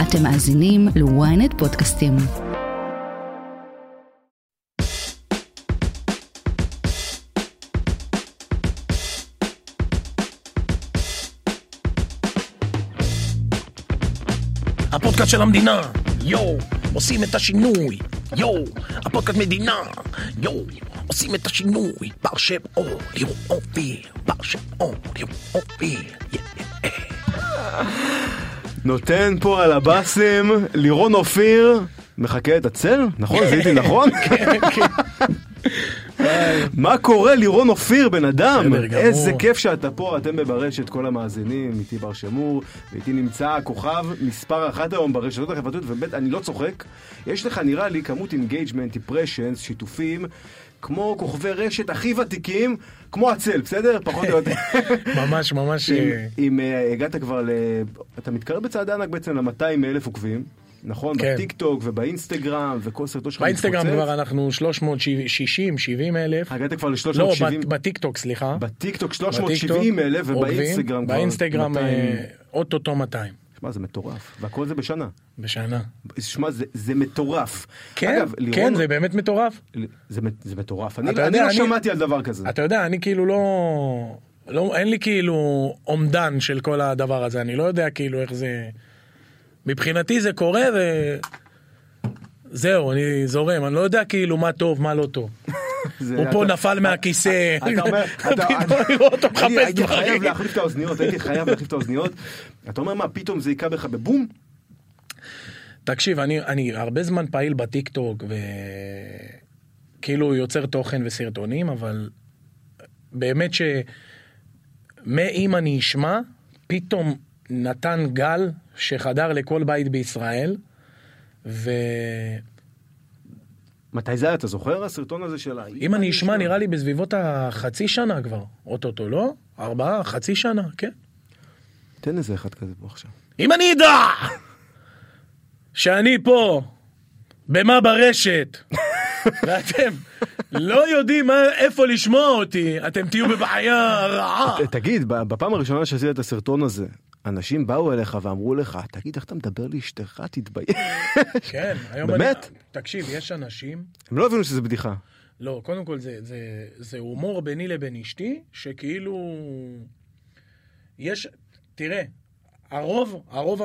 אתם מאזינים ל-ynet פודקאסטים. הפודקאסט של המדינה, עושים את השינוי, הפודקאסט מדינה, עושים את השינוי, בר שם אור, לירון אופיר, בר שם אור, לירון אופיר, נותן פה על הבאסים, לירון אופיר, מחכה את הצל? נכון? זיתי נכון? מה קורה לירון אופיר בן אדם? איזה כיף שאתה פה, אתם בברשת כל המאזינים, איתי בר שמור, ואיתי נמצא הכוכב מספר 1 היום ברשתות החברתיות, ובאמת אני לא צוחק, יש לך נראה לי כמות אינגייג'מנט, אימפרשנס, שיתופים, כמו כוכבי רשת הכי ותיקים, כמו הצל, בסדר? פחות או יותר. ממש, ממש. אם הגעת כבר אתה מתקרב בצעד ענק בעצם ל-200,000 עוקבים, נכון? בטיק טוק ובאינסטגרם וכל סרטו שלך מתפוצץ. באינסטגרם כבר אנחנו 360-70 אלף. הגעת כבר ל-370. לא, בטיק טוק, סליחה. בטיק טוק 370,000 ובאינסטגרם כבר. באינסטגרם אוטוטו 200. שמע, זה מטורף. והכל זה בשנה. בשנה. שמע, זה מטורף. כן, אגב, כן, זה באמת מטורף. זה מטורף. אני לא שמעתי על דבר כזה. אתה יודע, אני כאילו לא, אין לי כאילו אומדן של כל הדבר הזה. אני לא יודע כאילו איך זה... מבחינתי זה קורה וזהו, אני זורם, אני לא יודע כאילו מה טוב, מה לא טוב. הוא פה נפל מהכיסא. אתה אומר, הייתי חייב להחליף את האוזניות, אתה אומר מה, פתאום זה יקע בך בבום? תקשיב, אני הרבה זמן פעיל בטיק טוק, וכאילו יוצר תוכן וסרטונים, אבל באמת שמאם אני אשמע, פתאום נתן גל שחדר לכל בית בישראל, מתי זה היה? אתה זוכר הסרטון הזה של... אם אני אשמע, נראה לי בסביבות החצי שנה כבר. אוטוטו, לא? 4, חצי שנה, כן. תן איזה אחד כזה פה עכשיו. אם אני אדע שאני פה, במה ברשת, ואתם לא יודעים איפה לשמוע אותי, אתם תהיו בבעיה רעה. תגיד, בפעם הראשונה שעשית את הסרטון הזה, אנשים באו אליך ואמרו לך, תגיד, איך אתה מדבר לאשתך, תתבייש. כן, היום באמת? תקשיב, יש אנשים... הם לא הבינו שזה בדיחה. לא, קודם כל זה הומור ביני לבין אשתי, שכאילו... יש, תראה, הרוב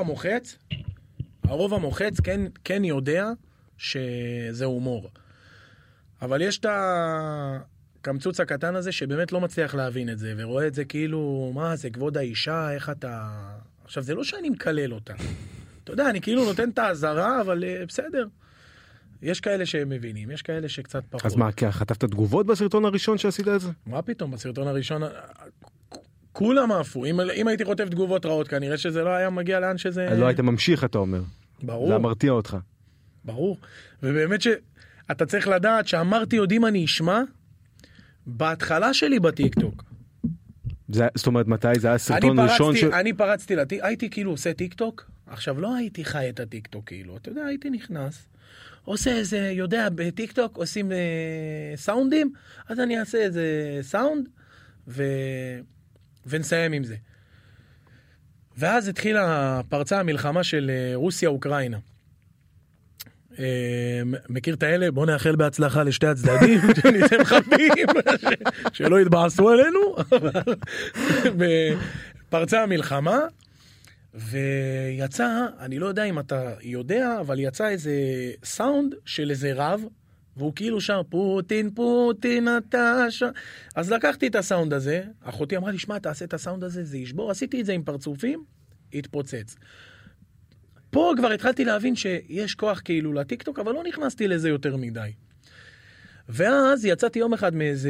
המוחץ כן יודע שזה הומור. אבל יש את הקמצוץ הקטן הזה שבאמת לא מצליח להבין את זה, ורואה את זה כאילו, מה זה כבוד האישה, איך אתה... עכשיו, זה לא שאני מקלל אותה. אתה יודע, אני כאילו נותן את העזרה, אבל בסדר. יש כאלה שהם מבינים, יש כאלה שקצת פחות. אז מה, חטפת תגובות בסרטון הראשון שעשית את זה? מה פתאום, בסרטון הראשון... כולם עפו. אם הייתי חוטף תגובות רעות, כנראה שזה לא היה מגיע לאן שזה... לא היית ממשיך, אתה אומר. ברור. זה מרתיע אותך. ברור. ובאמת שאתה צריך לדעת שאמרתי יודעים אני אשמע, בהתחלה שלי בטיקטוק. זאת אומרת, מתי זה היה סרטון ראשון אני פרצתי הייתי כאילו עושה טיקטוק, עכשיו לא הייתי חי את הטיקטוק כאילו, אתה יודע, הייתי נכנס, עושה איזה, יודע, בטיקטוק עושים סאונדים, אז אני אעשה איזה סאונד, ונסיים עם זה. ואז התחילה פרצה המלחמה של רוסיה-אוקראינה. מכיר את האלה? בוא נאחל בהצלחה לשתי הצדדים, שניתן חבים, שלא יתבאסו עלינו. פרצה המלחמה, ויצא, אני לא יודע אם אתה יודע, אבל יצא איזה סאונד של איזה רב, והוא כאילו שר פוטין, פוטין, אתה שר. אז לקחתי את הסאונד הזה, אחותי אמרה לי, שמע, תעשה את הסאונד הזה, זה ישבור. עשיתי את זה עם פרצופים, התפוצץ. פה כבר התחלתי להבין שיש כוח כאילו לטיקטוק, אבל לא נכנסתי לזה יותר מדי. ואז יצאתי יום אחד מאיזה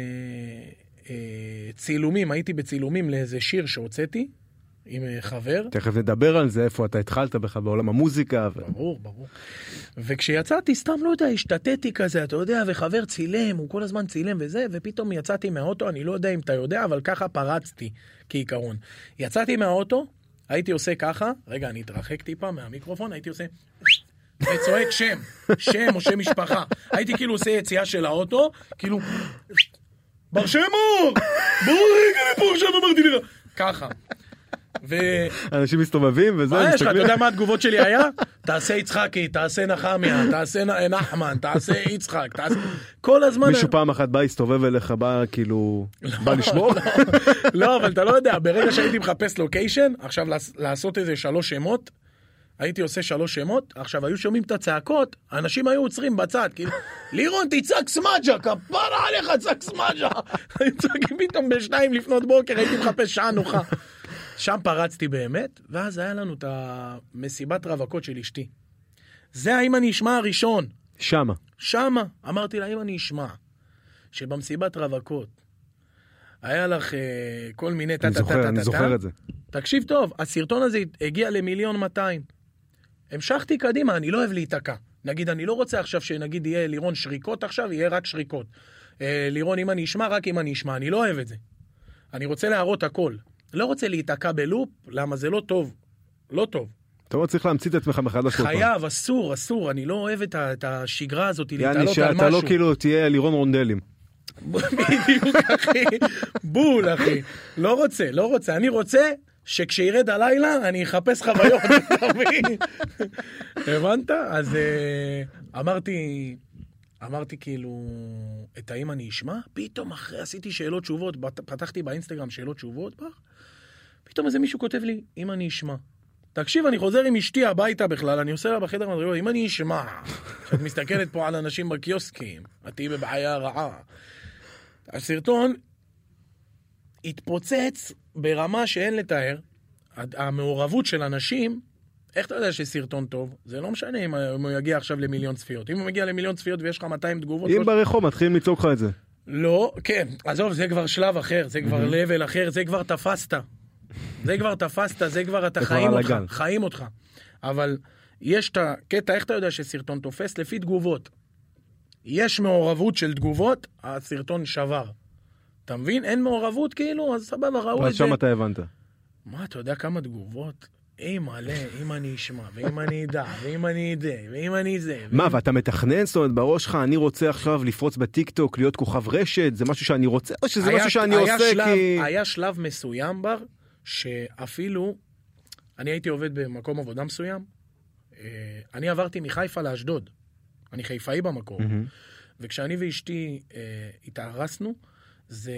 צילומים, הייתי בצילומים לאיזה שיר שהוצאתי, עם חבר. תכף נדבר על זה, איפה אתה התחלת בכלל בעולם המוזיקה. ברור, ברור. וכשיצאתי, סתם לא יודע, השתתתי כזה, אתה יודע, וחבר צילם, הוא כל הזמן צילם וזה, ופתאום יצאתי מהאוטו, אני לא יודע אם אתה יודע, אבל ככה פרצתי כעיקרון. יצאתי מהאוטו, הייתי עושה ככה, רגע, אני אתרחק טיפה מהמיקרופון, הייתי עושה, וצועק שם או שם משפחה. הייתי כאילו עושה יציאה של האוטו, כאילו, בר שמור! בוא רגע לפה, עכשיו אמרתי לך. ככה. אנשים מסתובבים וזה, מה יש לך? אתה יודע מה התגובות שלי היה? תעשה יצחקי, תעשה נחמיה, תעשה נחמן, תעשה יצחק, כל הזמן... מישהו פעם אחת בא, הסתובב אליך, בא כאילו... בא לשמור? לא, אבל אתה לא יודע, ברגע שהייתי מחפש לוקיישן, עכשיו לעשות איזה 3 שמות, הייתי עושה 3 שמות, עכשיו היו שומעים את הצעקות, אנשים היו עוצרים בצד, כאילו, לירון תצעק סמאג'ה, כפרה עליך צעק סמאג'ה. היו צעקים פתאום ב2 לפנות בוקר, הייתי מחפש שעה נוחה. שם פרצתי באמת, ואז היה לנו את המסיבת רווקות של אשתי. זה האם אני אשמע הראשון. שמה. אמרתי לה, אם אני אשמע, שבמסיבת רווקות, היה לך כל מיני אני זוכר את זה. תקשיב טוב, הסרטון הזה הגיע ל1,200,000. המשכתי קדימה, אני לא אוהב להתעקע. נגיד, אני לא רוצה עכשיו שנגיד יהיה לירון שריקות עכשיו, יהיה רק שריקות. לירון, אם אני אשמע, רק אם אני אשמע. אני לא אוהב את זה. אני רוצה להראות הכל. לא רוצה להתעקע בלופ, למה זה לא טוב. לא טוב. אתה לא צריך להמציא את עצמך מחדש. חייב, אסור. אני לא אוהב את השגרה הזאת, להתעלות על משהו. שאתה לא כאילו תהיה לירון רונדלים. בדיוק, אחי. בול, אחי. לא רוצה. אני רוצה שכשירד הלילה, אני אחפש חוויות. הבנת? אז אמרתי כאילו, את האם אני אשמע? פתאום אחרי עשיתי שאלות תשובות, פתחתי באינסטגרם שאלות תשובות, פתאום איזה מישהו כותב לי, אם אני אשמע. תקשיב, אני חוזר עם אשתי הביתה בכלל, אני עושה לה בחדר מדרגות, אם אני אשמע, שאת מסתכלת פה על אנשים בקיוסקים, את תהיי בבעיה רעה. הסרטון התפוצץ ברמה שאין לתאר, המעורבות של אנשים, איך אתה יודע שסרטון טוב? זה לא משנה אם הוא יגיע עכשיו ל1,000,000 צפיות. אם הוא מגיע ל1,000,000 צפיות ויש לך 200 תגובות... אם ברחוב מתחילים לצעוק לך את זה. לא, כן. עזוב, זה כבר שלב אחר, זה כבר לבל אחר, זה כבר תפסת. זה כבר אתה חיים אותך. אבל יש את הקטע, איך אתה יודע שסרטון תופס? לפי תגובות. יש מעורבות של תגובות, הסרטון שבר. אתה מבין? אין מעורבות כאילו, אז סבבה, ראו את זה. שם אתה הבנת. מה, אתה יודע כמה תגובות? מלא, אם אני אשמע, ואם אני אדע, ואם אני אדע, ואם אני זה. מה, ואתה מתכנן, זאת אומרת, בראש שלך, אני רוצה עכשיו לפרוץ בטיקטוק, להיות כוכב רשת, זה משהו שאני רוצה, או שזה משהו שאני עושה כי... היה שלב מסוים בר, שאפילו, אני הייתי עובד במקום עבודה מסוים, אני עברתי מחיפה לאשדוד, אני חיפאי במקום, וכשאני ואשתי התארסנו, זה...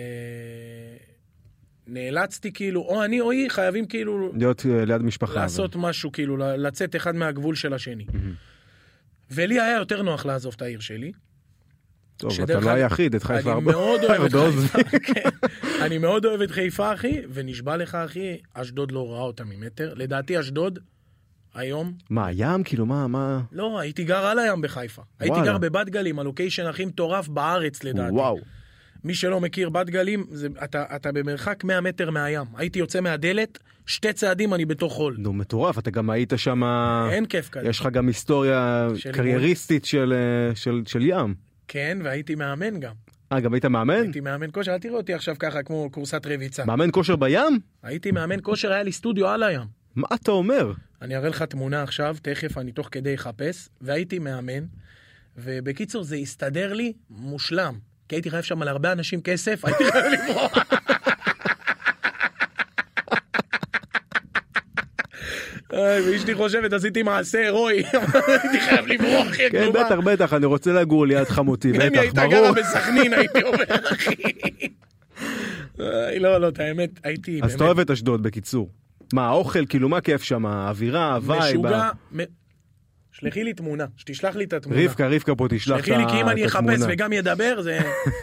נאלצתי כאילו, או אני או היא חייבים כאילו... להיות ליד משפחה. לעשות משהו כאילו, לצאת אחד מהגבול של השני. ולי היה יותר נוח לעזוב את העיר שלי. טוב, אתה לא היחיד, את חיפה הרבה. אני מאוד אוהב את חיפה. אני מאוד אוהב את חיפה, אחי, ונשבע לך, אחי, אשדוד לא ראה אותה ממטר. לדעתי אשדוד, היום... מה, הים? כאילו, מה? לא, הייתי גר על הים בחיפה. הייתי גר בבת גלים, הלוקיישן הכי מטורף בארץ, לדעתי. וואו. מי שלא מכיר בת גלים, אתה במרחק 100 מטר מהים. הייתי יוצא מהדלת, 2 צעדים אני בתוך חול. נו, מטורף, אתה גם היית שם... אין כיף כזה. יש לך גם היסטוריה קרייריסטית של ים. כן, והייתי מאמן גם. גם היית מאמן? הייתי מאמן כושר, אל תראה אותי עכשיו ככה כמו קורסת רביצה. מאמן כושר בים? הייתי מאמן כושר, היה לי סטודיו על הים. מה אתה אומר? אני אראה לך תמונה עכשיו, תכף אני תוך כדי אחפש, והייתי מאמן, ובקיצור זה הסתדר לי מושלם. כי הייתי חייב שם על הרבה אנשים כסף, הייתי חייב לברוח. ואשתי חושבת, עשיתי מעשה הירואי, הייתי חייב לברוח. כן, בטח, אני רוצה לגור ליד חמותי, בטח, ברור. אם הייתה גרה בסכנין, הייתי אומר, אחי. לא, את האמת, הייתי באמת... אז אתה אוהב את אשדוד, בקיצור. מה, האוכל, כאילו, מה כיף שם? האווירה, הוואי, משוגע... שלחי לי תמונה, שתשלח לי את התמונה. רבקה פה תשלח את התמונה. שלחי לי, כי אם אני אחפש וגם ידבר, זה...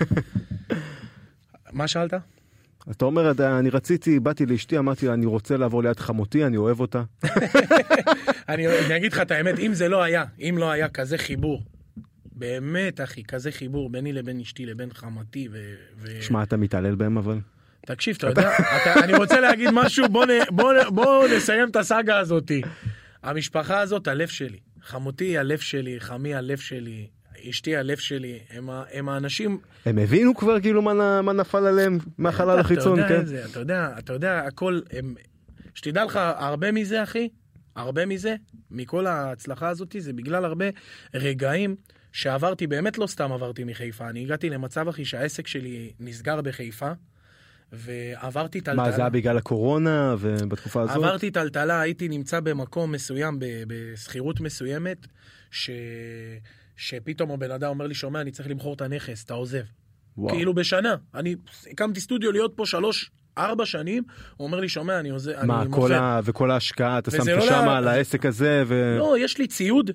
מה שאלת? אתה אומר, באתי לאשתי, אמרתי לה, אני רוצה לעבור ליד חמותי, אני אוהב אותה. אני אגיד לך את האמת, אם לא היה כזה חיבור, באמת, אחי, כזה חיבור ביני לבין אשתי, לבין חמתי שמע, אתה מתעלל בהם אבל? תקשיב, אתה יודע, אני רוצה להגיד משהו, בוא נסיים את הסאגה הזאת. המשפחה הזאת, הלב שלי. חמותי, הלב שלי, חמי, הלב שלי, אשתי, הלב שלי, הם האנשים... הם הבינו כבר כאילו מה נפל עליהם מהחלל החיצון, כן? אתה יודע, הכל, שתדע לך, הרבה מזה, אחי, הרבה מזה, מכל ההצלחה הזאת, זה בגלל הרבה רגעים שעברתי, באמת לא סתם עברתי מחיפה, אני הגעתי למצב, אחי, שהעסק שלי נסגר בחיפה, ועברתי טלטלה. מה, זה היה בגלל הקורונה ובתקופה הזאת? עברתי טלטלה, הייתי נמצא במקום מסוים, בסחירות מסוימת, שפתאום הבן אדם אומר לי, שומע, אני צריך למכור את הנכס, אתה עוזב. וואו. כאילו בשנה. אני הקמתי סטודיו להיות פה 3-4 שנים, הוא אומר לי, שומע, אני עוזב, מה, אני מוכר. וכל ההשקעה, אתה שמת שם על העסק הזה לא, יש לי ציוד,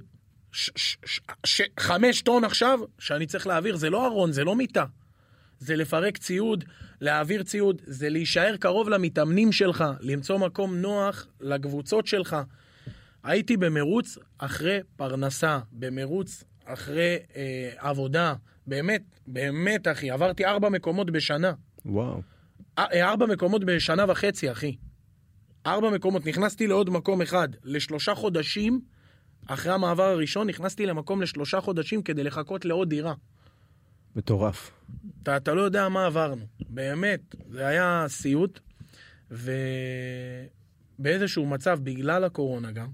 5 טון עכשיו, שאני צריך להעביר, זה לא ארון, זה לא מיטה. זה לפרק ציוד, להעביר ציוד, זה להישאר קרוב למתאמנים שלך, למצוא מקום נוח לקבוצות שלך. הייתי במרוץ אחרי פרנסה, במרוץ אחרי עבודה, באמת, באמת אחי, עברתי 4 מקומות בשנה. וואו. 4 מקומות בשנה וחצי, אחי. 4 מקומות, נכנסתי לעוד מקום אחד, ל3 חודשים, אחרי המעבר הראשון, נכנסתי למקום ל3 חודשים כדי לחכות לעוד דירה. מטורף. אתה לא יודע מה עברנו. באמת, זה היה סיוט, ובאיזשהו מצב, בגלל הקורונה גם,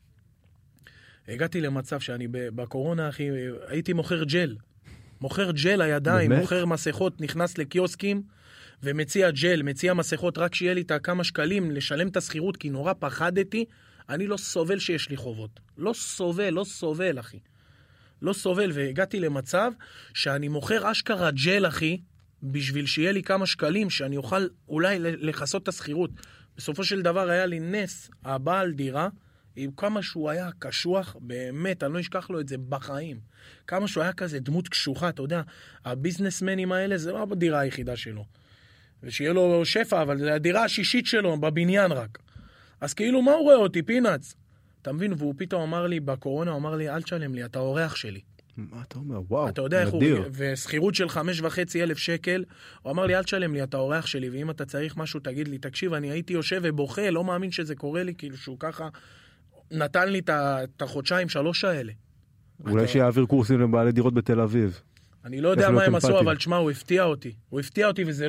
הגעתי למצב שאני בקורונה, אחי, הייתי מוכר ג'ל. מוכר ג'ל הידיים, באמת? מוכר מסכות, נכנס לקיוסקים, ומציע ג'ל, מציע מסכות, רק שיהיה לי את כמה שקלים, לשלם את הסחירות, כי נורא פחדתי, אני לא סובל שיש לי חובות. לא סובל, אחי. לא סובל, והגעתי למצב שאני מוכר אשכרה ג'ל, אחי, בשביל שיהיה לי כמה שקלים, שאני אוכל אולי לחסות את הסחירות. בסופו של דבר היה לי נס, הבעל דירה, עם כמה שהוא היה קשוח, באמת, אני לא אשכח לו את זה בחיים. כמה שהוא היה כזה דמות קשוחה, אתה יודע, הביזנסמנים האלה, זה לא הדירה היחידה שלו. ושיהיה לו שפע, אבל זה הדירה השישית שלו, בבניין רק. אז כאילו, מה הוא רואה אותי, פינאץ? אתה מבין? והוא פתאום אמר לי, בקורונה, הוא אמר לי, אל תשלם לי, אתה אורח שלי. מה אתה אומר? וואו, אתה יודע איך הוא... וסחירות של 5,500 שקל, הוא אמר לי, אל תשלם לי, אתה אורח שלי, ואם אתה צריך משהו, תגיד לי, תקשיב, אני הייתי יושב ובוכה, לא מאמין שזה קורה לי, כאילו שהוא ככה נתן לי את החודשיים 3 האלה. אולי שיעביר קורסים לבעלי דירות בתל אביב. אני לא יודע מה הם עשו, אבל תשמע, הוא הפתיע אותי. הוא הפתיע אותי, וזה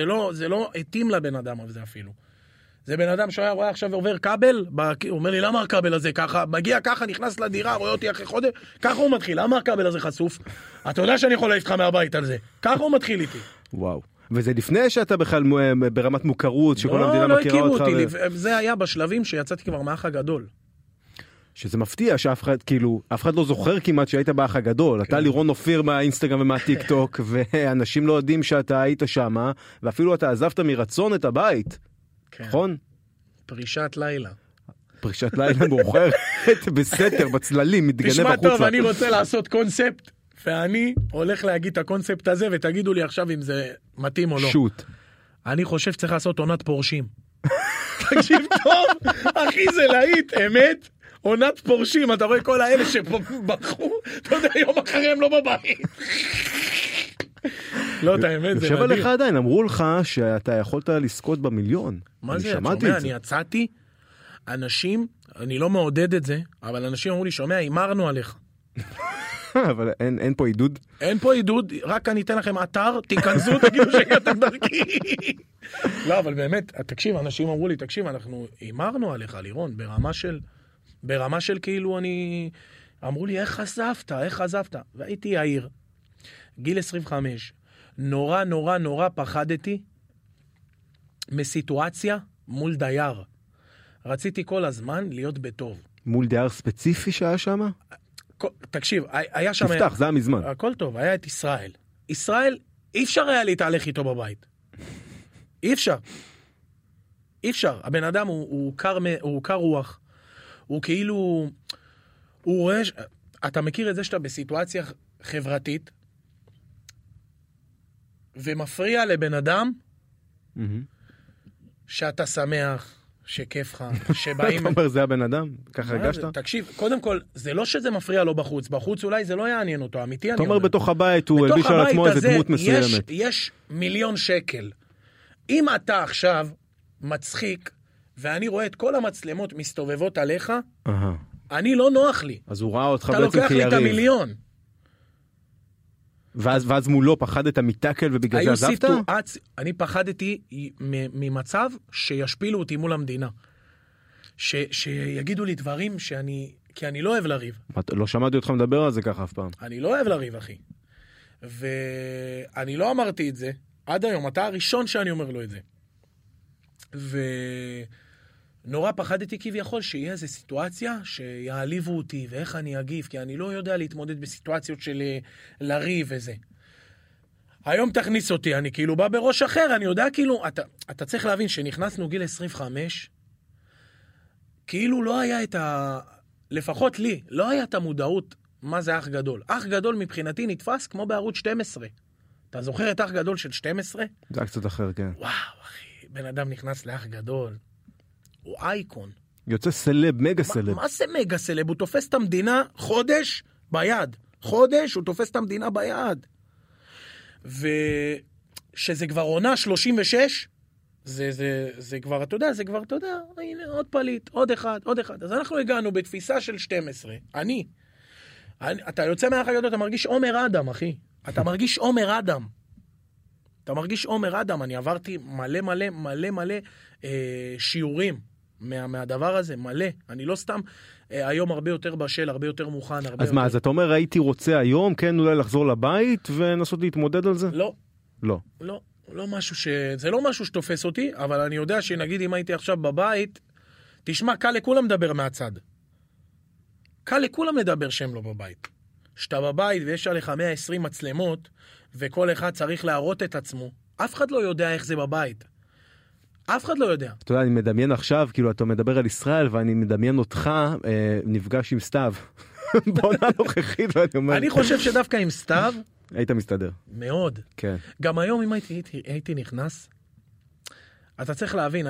לא התאים לבן אדם הזה אפילו. זה בן אדם שהיה רואה עכשיו עובר כבל, הוא אומר לי, למה הכבל הזה ככה? מגיע ככה, נכנס לדירה, רואה אותי אחרי חודש, ככה הוא מתחיל, למה הכבל הזה חשוף? אתה יודע שאני יכול להעיף לך מהבית על זה. ככה הוא מתחיל איתי. וואו. וזה לפני שאתה בכלל ברמת מוכרות, שכל המדינה מכירה אותך. לא, לא הכירו אותי. זה היה בשלבים שיצאתי כבר מהאח הגדול. שזה מפתיע שאף אחד, כאילו, אף אחד לא זוכר כמעט שהיית באח הגדול. אתה לירון אופיר מהאינסטגרם ומהטיק טוק, ואנשים לא יודעים שאתה היית שם, ואפילו אתה עזבת מרצון את הבית. נכון? פרישת לילה. פרישת לילה מאוחרת, בסתר, בצללים, מתגנב החוצה. תשמע טוב, אני רוצה לעשות קונספט, ואני הולך להגיד את הקונספט הזה, ותגידו לי עכשיו אם זה מתאים או לא. שוט. אני חושב שצריך לעשות עונת פורשים. תקשיב טוב, אחי זה להיט, אמת. עונת פורשים, אתה רואה כל האלה שבחרו, אתה יודע, יום אחרי הם לא בבית. לא, את האמת, זה יושב עליך עדיין, אמרו לך שאתה יכולת לזכות במיליון. מה זה? שומע, אני יצאתי, אנשים, אני לא מעודד את זה, אבל אנשים אמרו לי, שומע, הימרנו עליך. אבל אין פה עידוד? אין פה עידוד, רק אני אתן לכם אתר, תיכנסו, תגידו שהגעתם דרכי. לא, אבל באמת, תקשיב, אנשים אמרו לי, תקשיב, אנחנו הימרנו עליך, לירון, ברמה של כאילו אמרו לי, איך חזבת? והייתי יאיר, גיל 25, נורא פחדתי מסיטואציה מול דייר. רציתי כל הזמן להיות בטוב. מול דייר ספציפי שהיה שם? תקשיב, היה שם... תפתח, זה היה מזמן. הכל טוב, היה את ישראל. ישראל, אי אפשר היה להתהלך איתו בבית. אי אפשר. הבן אדם הוא קר רוח. הוא כאילו... הוא רואה... אתה מכיר את זה שאתה בסיטואציה חברתית, ומפריע לבן אדם שאתה שמח, שכיף לך, שבאים... אתה אומר, זה הבן אדם? ככה הרגשת? תקשיב, קודם כל, זה לא שזה מפריע לו בחוץ. בחוץ אולי זה לא יעניין אותו, אמיתי. אתה אומר, בתוך הבית הוא הלביש על עצמו איזה דמות מסוימת. יש 1,000,000 שקל. אם אתה עכשיו מצחיק, ואני רואה את כל המצלמות מסתובבות עליך, אני לא נוח לי. אז הוא ראה אותך בעצם כיריב. אתה לוקח לי את 1,000,000. ואז מולו פחדת מתקל ובגלל זה עזבת? אני פחדתי ממצב שישפילו אותי מול המדינה. שיגידו לי דברים כי אני לא אוהב לריב. לא שמעתי אותך מדבר על זה ככה אף פעם. אני לא אוהב לריב, אחי. ואני לא אמרתי את זה, עד היום, אתה הראשון שאני אומר לו את זה. ונורא פחדתי כביכול שיהיה איזו סיטואציה שיעליבו אותי, ואיך אני אגיב, כי אני לא יודע להתמודד בסיטואציות של לריב וזה. היום תכניס אותי, אני כאילו בא בראש אחר, אני יודע כאילו, אתה צריך להבין שנכנסנו גיל 25, כאילו לא היה לפחות לי, לא היה את המודעות מה זה אח גדול. אח גדול מבחינתי נתפס כמו בערוץ 12. אתה זוכר את אח גדול של 12? זה היה קצת אחר, כן. וואו, אחי, בן אדם נכנס לאח גדול. הוא אייקון. יוצא סלב, מגה סלב. מה זה מגה סלב? הוא תופס את המדינה חודש ביד. חודש הוא תופס את המדינה ביד. ושזה כבר עונה 36, זה כבר, אתה יודע, הנה, עוד פליט, עוד אחד. אז אנחנו הגענו בתפיסה של 12. אתה יוצא מהאח הגדול, אתה מרגיש עומר אדם, אחי. אתה מרגיש עומר אדם. אני עברתי מלא שיעורים מהדבר הזה, מלא. אני לא סתם היום הרבה יותר בשל, הרבה יותר מוכן. אז מה, אז אתה אומר, הייתי רוצה היום, כן, אולי לחזור לבית ונסות להתמודד על זה? לא משהו זה לא משהו שתופס אותי, אבל אני יודע שנגיד אם הייתי עכשיו בבית, תשמע, קל לכולם לדבר מהצד. קל לכולם לדבר שהם לא בבית. שאתה בבית ויש עליך 120 מצלמות, וכל אחד צריך להראות את עצמו, אף אחד לא יודע איך זה בבית. אף אחד לא יודע. אתה יודע, אני מדמיין עכשיו, כאילו אתה מדבר על ישראל, ואני מדמיין אותך נפגש עם סתיו. בעונה נוכחית, ואני אומר... אני חושב שדווקא עם סתיו... היית מסתדר. מאוד. כן. גם היום אם הייתי נכנס, אתה צריך להבין,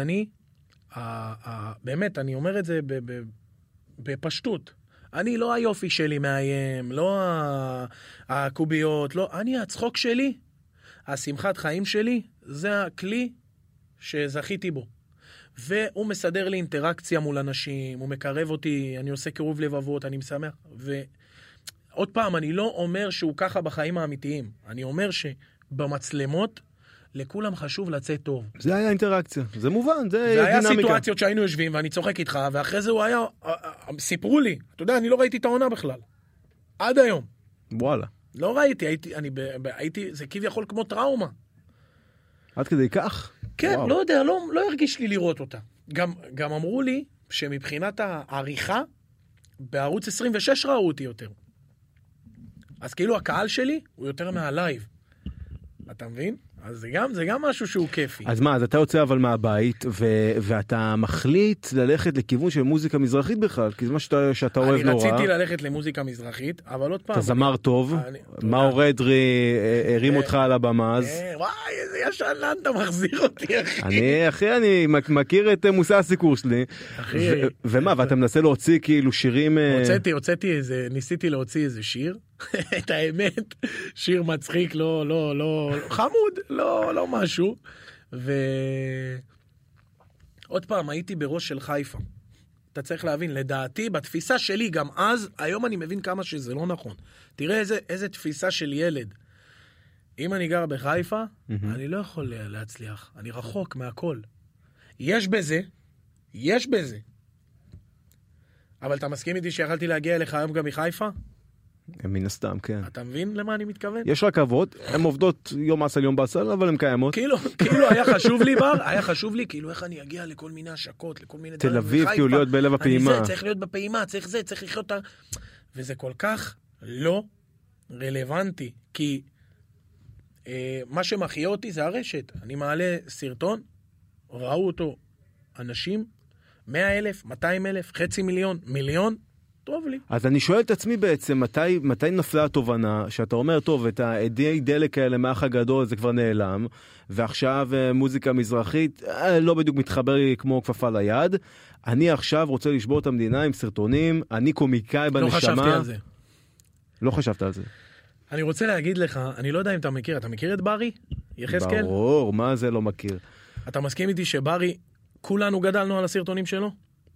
באמת, אני אומר את זה בפשטות. אני לא היופי שלי מאיים, לא הקוביות, לא, אני הצחוק שלי, השמחת חיים שלי, זה הכלי שזכיתי בו. והוא מסדר לי אינטראקציה מול אנשים, הוא מקרב אותי, אני עושה קירוב לבבות, אני משמח. ועוד פעם, אני לא אומר שהוא ככה בחיים האמיתיים. אני אומר שבמצלמות, לכולם חשוב לצאת טוב. זה היה אינטראקציה, זה מובן, זה היה דינמיקה. סיטואציות שהיינו יושבים ואני צוחק איתך, ואחרי זה הוא היה, סיפרו לי, אתה יודע, אני לא ראיתי את העונה בכלל. עד היום. וואלה. לא ראיתי, הייתי, זה כביכול כמו טראומה. עד כדי כך? כן, וואו. לא יודע, לא הרגיש לי לראות אותה. גם אמרו לי שמבחינת העריכה, בערוץ 26 ראו אותי יותר. אז כאילו הקהל שלי הוא יותר מהלייב. אתה מבין? אז זה גם משהו שהוא כיפי. אז מה, אז אתה יוצא אבל מהבית, ואתה מחליט ללכת לכיוון של מוזיקה מזרחית בכלל, כי זה מה שאתה אוהב נורא. אני רציתי ללכת למוזיקה מזרחית, אבל עוד פעם... אתה זמר טוב, מאור אדרי הרים אותך על הבמה אז. וואי, איזה ישן, לאן אתה מחזיר אותי, אחי? אני מכיר את מושא הסיקור שלי. ומה, ואתה מנסה להוציא כאילו שירים... הוצאתי איזה, ניסיתי להוציא איזה שיר. את האמת, שיר מצחיק, לא, חמוד, לא משהו. עוד פעם, הייתי בראש של חיפה. אתה צריך להבין, לדעתי, בתפיסה שלי, גם אז, היום אני מבין כמה שזה לא נכון. תראה איזה תפיסה של ילד. אם אני גר בחיפה, אני לא יכול להצליח. אני רחוק מהכל. יש בזה. אבל אתה מסכים איתי שיכלתי להגיע אליך היום גם מחיפה? מן הסתם, כן. אתה מבין למה אני מתכוון? יש רכבות, הן עובדות יום אסל יום באסל, אבל הן קיימות. כאילו היה חשוב לי, כאילו איך אני אגיע לכל מיני השקות, לכל מיני תל אביב, כאילו להיות בלב הפעימה. צריך להיות בפעימה, צריך לחיות אותה. וזה כל כך לא רלוונטי, כי מה שמחיה אותי זה הרשת. אני מעלה סרטון, ראו אותו אנשים, 100,000, 200,000, 500,000, מיליון, טוב לי. אז אני שואל את עצמי בעצם, מתי נפלה התובנה, שאתה אומר, טוב, את העדי דלק האלה מאח הגדול, זה כבר נעלם, ועכשיו מוזיקה מזרחית, לא בדיוק מתחבר לי כמו כפפה ליד, אני עכשיו רוצה לשבור את המדינה עם סרטונים, אני קומיקאי בנשמה. לא חשבתי על זה. לא חשבת על זה. אני רוצה להגיד לך, אני לא יודע אם אתה מכיר את ברי? יחזקאל? ברור, מה זה לא מכיר? אתה מסכים איתי שברי, כולנו גדלנו על הסרטונים שלו?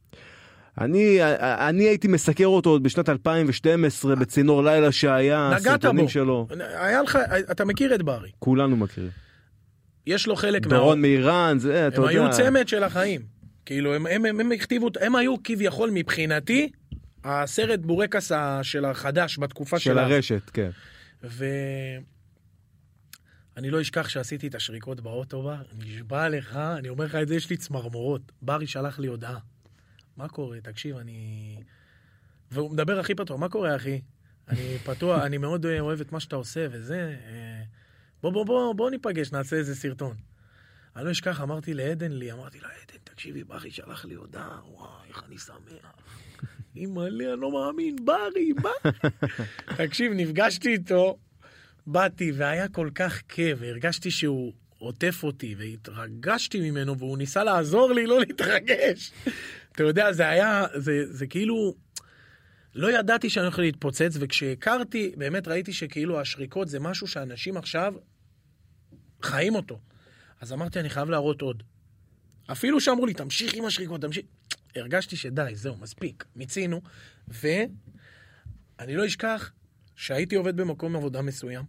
אני הייתי מסקר אותו עוד בשנת 2012 בצינור לילה שהיה, הסרטונים שלו. היה לך, אתה מכיר את ברי. כולנו מכירים. יש לו חלק דורון מאיראן, זה, אתה יודע. הם היו צמד של החיים. כאילו, הם הכתיבו, הם היו כביכול מבחינתי, הסרט בורקס של החדש בתקופה של הרשת, כן. אני לא אשכח שעשיתי את השריקות באוטו בר, נשבע לך, אני אומר לך את זה, יש לי צמרמורות. ברי שלח לי הודעה. מה קורה? תקשיב, והוא מדבר הכי פתוח, מה קורה אחי? אני פתוח, אני מאוד אוהב את מה שאתה עושה וזה. בוא ניפגש, נעשה איזה סרטון. אני לא אשכח, אמרתי לה, עדן, תקשיבי, ברי שלח לי הודעה, וואי, איך אני שמח. אימא'לה, אני לא מאמין, ברי. תקשיב, נפגשתי איתו, באתי, והיה כל כך כיף, והרגשתי שהוא עוטף אותי, והתרגשתי ממנו, והוא ניסה לעזור לי לא להתרגש. אתה יודע, זה כאילו, לא ידעתי שאני יכול להתפוצץ, וכשהכרתי, באמת ראיתי שכאילו השריקות זה משהו שאנשים עכשיו חיים אותו. אז אמרתי, אני חייב להראות עוד. אפילו שאמרו לי, תמשיך עם השריקות, תמשיך. הרגשתי שדי, זהו, מספיק. מיצינו, ואני לא אשכח שהייתי עובד במקום עבודה מסוים,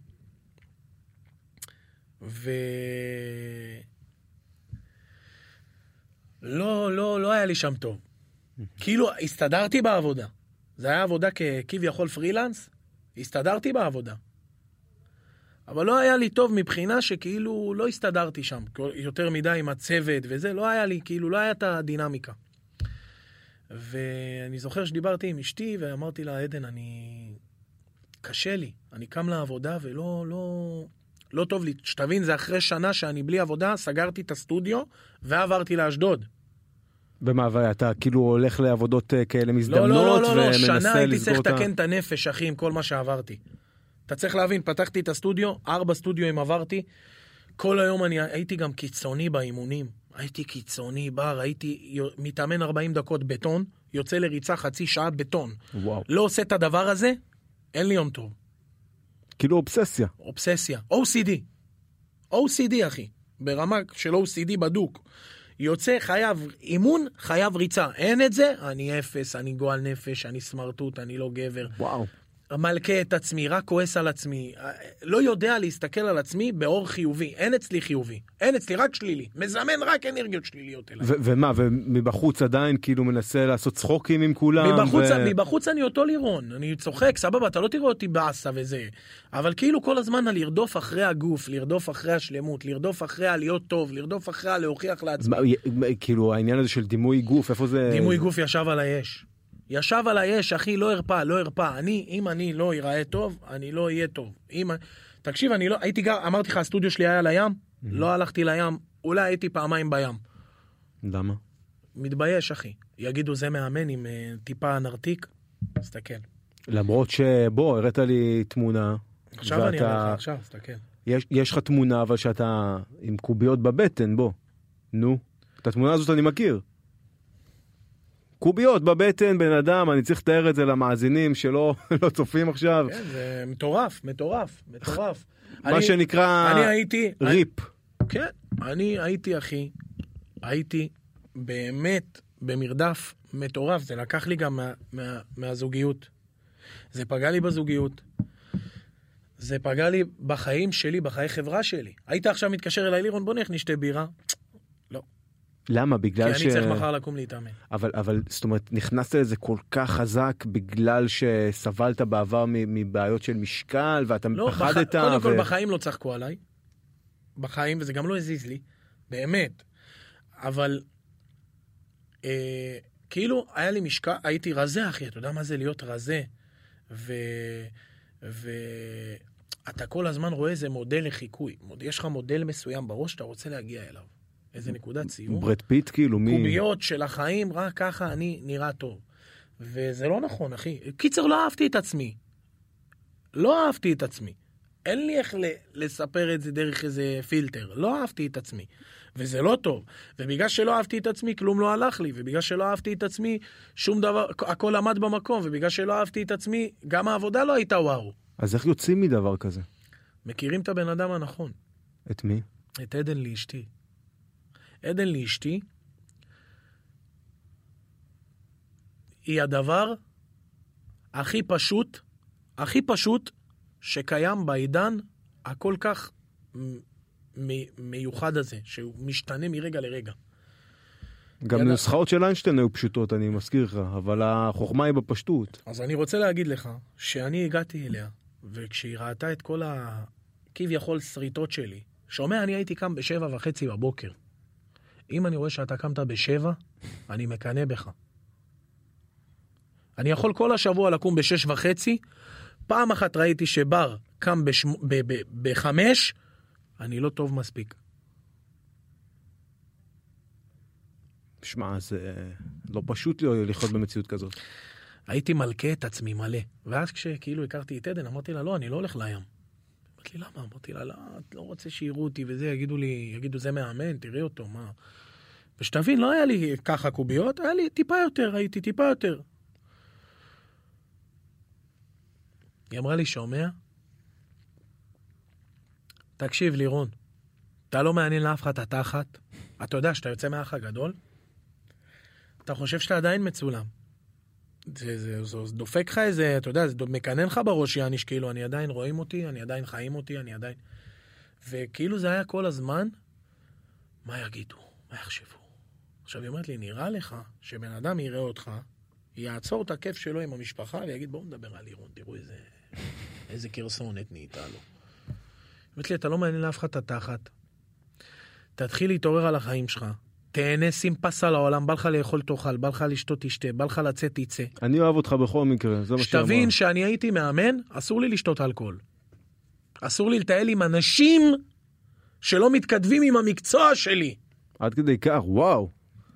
לא היה לי שם טוב. כאילו, הסתדרתי בעבודה. זה היה עבודה כביכול פרילנס, הסתדרתי בעבודה. אבל לא היה לי טוב מבחינה שכאילו לא הסתדרתי שם, יותר מדי עם הצוות וזה, לא היה לי, כאילו לא היה את הדינמיקה. ואני זוכר שדיברתי עם אשתי ואמרתי לה, עדן, קשה לי, אני קם לעבודה לא טוב לי. שתבין, זה אחרי שנה שאני בלי עבודה, סגרתי את הסטודיו ועברתי לאשדוד. במה, ואתה כאילו הולך לעבודות כאלה מזדמנות לא, שנה הייתי צריך לתקן את הנפש, אחי, עם כל מה שעברתי. אתה צריך להבין, פתחתי את הסטודיו, 4 סטודיו עברתי, כל היום הייתי גם קיצוני באימונים, הייתי קיצוני בר, הייתי מתאמן 40 דקות בטון, יוצא לריצה חצי שעה בטון. וואו. לא עושה את הדבר הזה, אין לי יום טוב. כאילו אובססיה. אובססיה. OCD, אחי. ברמה של OCD בדוק. יוצא חייב אימון, חייב ריצה. אין את זה, אני אפס, אני גועל נפש, אני סמרטוט, אני לא גבר. וואו. מלכה את עצמי, רק כועס על עצמי. לא יודע להסתכל על עצמי באור חיובי. אין אצלי חיובי. אין אצלי רק שלילי. מזמן רק אנרגיות שליליות אליי. ומה, ומבחוץ עדיין כאילו מנסה לעשות צחוקים עם כולם? מבחוץ אני אותו לירון. אני צוחק, סבבה, אתה לא תראה אותי בעשה וזה. אבל כאילו כל הזמן לרדוף אחרי הגוף, לרדוף אחרי השלמות, לרדוף אחרי להיות טוב, לרדוף אחרי להוכיח לעצמי. כאילו העניין הזה של דימוי גוף, איפה זה? דימוי גוף ישב על האש. ישב על האש, אחי, לא הרפא. אם אני לא ייראה טוב, אני לא אהיה טוב. תקשיב, אני לא, אמרתי לך, הסטודיו שלי היה לים, לא הלכתי לים, אולי הייתי פעמיים בים. למה? מתבייש, אחי. יגידו, זה מאמן עם טיפה נרתיק, תסתכל. למרות שבוא, הראת לי תמונה. עכשיו אני אראה לך, עכשיו, תסתכל. יש לך תמונה, אבל שאתה עם קוביות בבטן, בוא. נו, את התמונה הזאת אני מכיר. קוביות בבטן, בן אדם, אני צריך לתאר את זה למאזינים שלא צופים עכשיו. כן, זה מטורף. מה שנקרא ריפ. כן, אני הייתי, אחי, באמת במרדף מטורף. זה לקח לי גם מהזוגיות. זה פגע לי בזוגיות. זה פגע לי בחיים שלי, בחיי חברה שלי. היית עכשיו מתקשר אליי, לירון, בוא נשתה בירה. למה? בגלל כי אני צריך מחר לקום להתאמן. אבל, זאת אומרת, נכנסת לזה כל כך חזק בגלל שסבלת בעבר מבעיות של משקל, ואתה פחדת... קודם כל, בחיים לא צחקו עליי. בחיים, וזה גם לא הזיז לי. באמת. אבל, כאילו, היה לי משקל, הייתי רזה, אחי. אתה יודע מה זה להיות רזה? ואתה כל הזמן רואה איזה מודל לחיקוי. יש לך מודל מסוים בראש שאתה רוצה להגיע אליו. איזה נקודת סיום. ברד פיט כאילו, קוביות של החיים, רק ככה אני נראה טוב. וזה לא נכון, אחי. קיצר, לא אהבתי את עצמי. אין לי איך לספר את זה דרך איזה פילטר. לא אהבתי את עצמי. וזה לא טוב. ובגלל שלא אהבתי את עצמי, כלום לא הלך לי. ובגלל שלא אהבתי את עצמי, שום דבר, הכל עמד במקום. ובגלל שלא אהבתי את עצמי, גם העבודה לא הייתה וואו. אז איך יוצאים מדבר כזה? מכירים את הבן אדם הנכון. את מי? את עדן לאשתי. עדן לאשתי היא הדבר הכי פשוט שקיים בעידן הכל כך מיוחד הזה, שהוא משתנה מרגע לרגע. גם נוסחאות של איינשטיין היו פשוטות, אני מזכיר לך, אבל החוכמה היא בפשטות. אז אני רוצה להגיד לך שאני הגעתי אליה, וכשהיא ראתה את כל כביכול שריטות שלי. שומע, אני הייתי קם ב7:30 בבוקר. אם אני רואה שאתה קמת ב7, אני מקנא בך. אני יכול כל השבוע לקום ב6:30, פעם אחת ראיתי שבר קם ב5, אני לא טוב מספיק. שמע, זה לא פשוט לחיות במציאות כזאת. הייתי מלכה את עצמי מלא. ואז כשכאילו הכרתי את עדן, אמרתי לה, לא, אני לא הולך לים. אמרתי לי, למה? אמרתי לה, לא, את לא רוצה שיראו אותי וזה, יגידו, זה מאמן, תראי אותו, מה? ושתבין, לא היה לי ככה קוביות, היה לי טיפה יותר, הייתי טיפה יותר. היא אמרה לי, שומע? תקשיב, לירון, אתה לא מעניין לאף אחד התחת, אתה יודע שאתה יוצא מהאח הגדול, אתה חושב שאתה עדיין מצולם. זה דופק לך איזה, אתה יודע, זה מקנן לך בראש, יעניש, כאילו, אני עדיין רואים אותי, אני עדיין חיים אותי, אני עדיין... וכאילו זה היה כל הזמן, מה יגידו? מה יחשבו? עכשיו היא אומרת לי, נראה לך שבן אדם יראה אותך, יעצור את הכיף שלו עם המשפחה, ויגיד, בואו נדבר על לירון, תראו איזה קרסונת נהייתה לו. אומרת לי, אתה לא מעניין לאף אחד את התחת, תתחיל להתעורר על החיים שלך, תהנה, שים פס על העולם, בא לך לאכול תאכל, בא לך לשתות תשתה, בא לך לצאת תצא. אני אוהב אותך בכל מקרה, זה מה שאמרה. שתבין שאני הייתי מאמן, אסור לי לשתות אלכוהול. אסור לי לטייל עם אנשים שלא מתכתבים עם המקצוע שלי. עד כדי כך, וואו.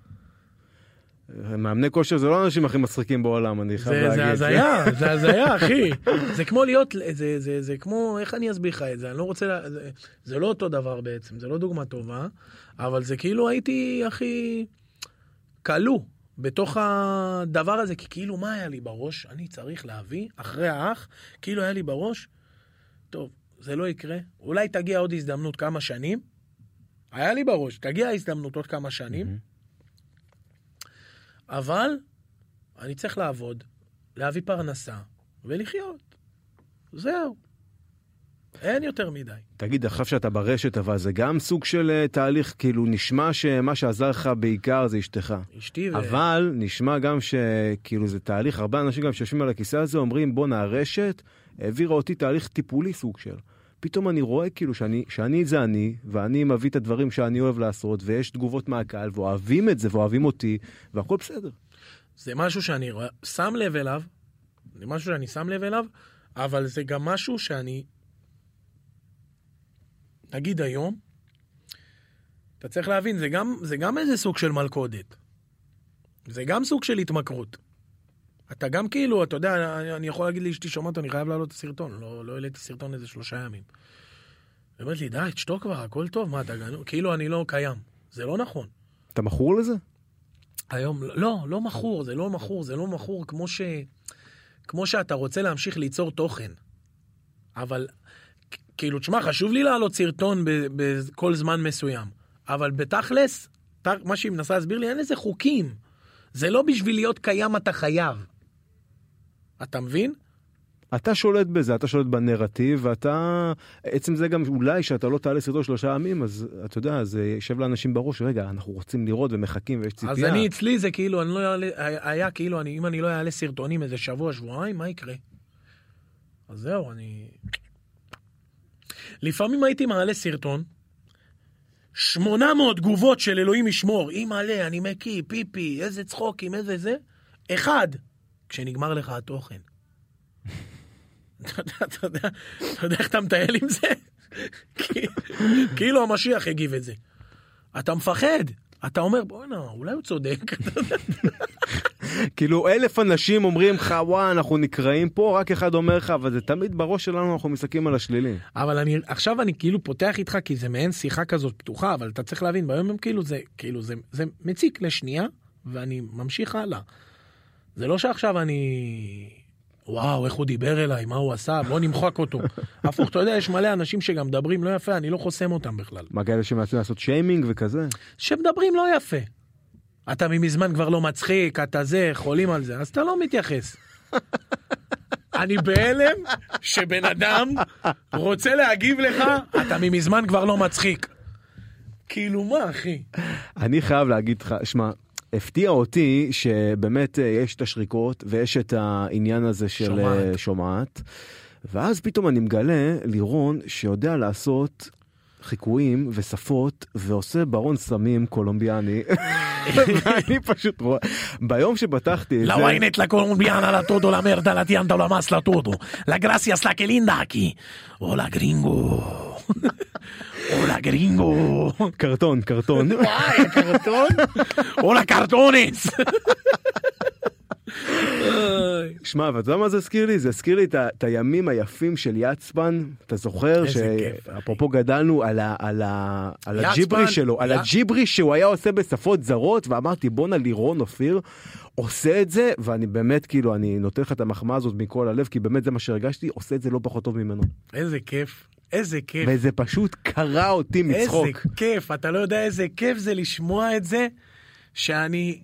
מאמני כושר זה לא האנשים הכי מצחיקים בעולם, אני חייב להגיד. זה הזיה, אחי. זה כמו להיות, זה כמו, איך אני אסביר לך את זה? אני לא רוצה, זה לא אותו דבר בעצם, זה לא דוגמה טובה, אבל זה כאילו הייתי הכי קלו בתוך הדבר הזה, כי כאילו מה היה לי בראש? אני צריך להביא, אחרי האח, כאילו היה לי בראש, טוב, זה לא יקרה, אולי תגיע עוד הזדמנות כמה שנים, היה לי בראש, תגיע ההזדמנות עוד כמה שנים, אבל אני צריך לעבוד, להביא פרנסה ולחיות. זהו. אין יותר מדי. תגיד, עכשיו שאתה ברשת, אבל זה גם סוג של תהליך, כאילו נשמע שמה שעזר לך בעיקר זה אשתך. אשתי אבל נשמע גם שכאילו זה תהליך, הרבה אנשים גם שיושבים על הכיסא הזה אומרים, בוא נערשת, העבירה אותי תהליך טיפולי סוג של. פתאום אני רואה כאילו שאני זה אני, ואני מביא את הדברים שאני אוהב לעשות, ויש תגובות מהקהל, ואוהבים את זה, ואוהבים אותי, והכל בסדר. זה משהו שאני שם לב אליו, זה משהו שאני שם לב אליו, אבל זה גם משהו שאני, נגיד היום, אתה צריך להבין, זה גם איזה סוג של מלכודת. זה גם סוג של התמכרות. אתה גם כאילו, אתה יודע, אני יכול להגיד לי, אשתי שומעת, אני חייב לעלות את הסרטון. לא העליתי סרטון איזה 3 ימים. היא אומרת לי, די, תשתוק כבר, הכל טוב, מה, אתה גנו? כאילו אני לא קיים. זה לא נכון. אתה מכור לזה? היום, לא מכור, זה לא מכור כמו שאתה רוצה להמשיך ליצור תוכן. אבל, כאילו, תשמע, חשוב לי לעלות סרטון בכל זמן מסוים. אבל בתכלס, מה שהיא מנסה להסביר לי, אין איזה חוקים. זה לא בשביל להיות קיים, אתה חייב. אתה מבין? אתה שולט בזה, אתה שולט בנרטיב, ואתה, עצם זה גם אולי שאתה לא תעלה סרטון 3 ימים, אז אתה יודע, זה ישב לאנשים בראש, רגע, אנחנו רוצים לראות ומחכים ויש ציפייה. אז אני אצלי זה כאילו, אני לא יעלה, היה כאילו, אם אני לא יעלה סרטונים איזה שבוע, שבועיים, מה יקרה? אז זהו, לפעמים הייתי מעלה סרטון, 800 תגובות של אלוהים ישמור, אם עלה, אני מקי, פיפי, איזה צחוקים, איזה זה, 1, כשנגמר לך התוכן. אתה יודע איך אתה מטייל עם זה? כאילו המשיח הגיב את זה. אתה מפחד, אתה אומר, בוא'נה, אולי הוא צודק. כאילו 1,000 אנשים אומרים לך, וואה, אנחנו נקראים פה, רק אחד אומר לך, אבל זה תמיד בראש שלנו, אנחנו מסתכלים על השלילי. אבל עכשיו אני כאילו פותח איתך, כי זה מעין שיחה כזאת פתוחה, אבל אתה צריך להבין, ביום כאילו זה מציק לשנייה, ואני ממשיך הלאה. זה לא שעכשיו אני... וואו, איך הוא דיבר אליי, מה הוא עשה, בוא נמחק אותו. הפוך, אתה יודע, יש מלא אנשים שגם מדברים לא יפה, אני לא חוסם אותם בכלל. מה כאלה שמנסים לעשות שיימינג וכזה? שמדברים לא יפה. אתה מזמן כבר לא מצחיק, אתה זה, חולים על זה, אז אתה לא מתייחס. אני בהלם שבן אדם רוצה להגיב לך, אתה מזמן כבר לא מצחיק. כאילו מה, אחי? אני חייב להגיד לך, שמע, הפתיע אותי שבאמת יש את השריקות ויש את העניין הזה של שומעת, ואז פתאום אני מגלה לירון שיודע לעשות חיקויים ושפות, ועושה ברון סמים קולומביאני. ואני פשוט רואה, ביום שבטחתי את זה... La vainette, la colombiana, la todo, la merda, la tienda, la más, la todo. La gracias, la que linda aquí. Hola, gringo. Hola, gringo. קרטון. וואי, הקרטון? Hola, cartones. שמע, ואתה יודע מה זה הזכיר לי? זה הזכיר לי את הימים היפים של יצפן. אתה זוכר שאפרופו גדלנו על הג'יברי שלו, על הג'יברי שהוא היה עושה בשפות זרות, ואמרתי בונה לירון אופיר עושה את זה, ואני באמת כאילו, אני נותן לך את המחמאה הזאת מכל הלב, כי באמת זה מה שהרגשתי, עושה את זה לא פחות טוב ממנו. איזה כיף. איזה כיף. וזה פשוט קרא אותי מצחוק. איזה כיף. אתה לא יודע איזה כיף זה לשמוע את זה, שאני...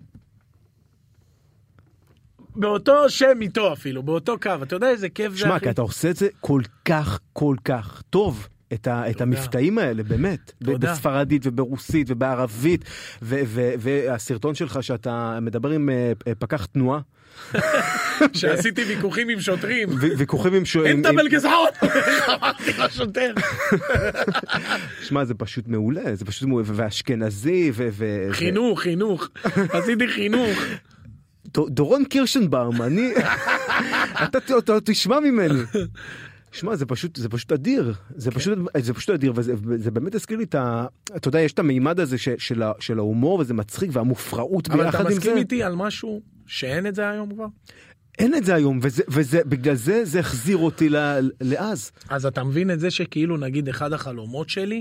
באותו שם איתו אפילו, באותו קו, אתה יודע איזה כיף זה, שמע, כי אתה עושה את זה כל כך טוב, את המבטאים האלה, באמת, בספרדית וברוסית וברוסית והסרטון שלך שאתה מדבר עם פקח תנועה, שעשיתי ויכוחים עם שוטרים, ויכוחים עם אין טבל גזעון, אמרתי לשוטר. שמע, זה פשוט מעולה, זה פשוט מעולה, ואשכנזי, חינוך, עשיתי חינוך. דורון קירשנבאום, אתה תשמע ממני. שמע, זה פשוט אדיר. זה פשוט אדיר, וזה באמת הזכיר לי אתה יודע, יש את המימד הזה של ההומור, וזה מצחיק, והמופרעות ביחד עם זה. אבל אתה מסכים איתי על משהו שאין את זה היום כבר? אין את זה היום, ובגלל זה החזיר אותי לאז. אז אתה מבין את זה שכאילו, נגיד, אחד החלומות שלי,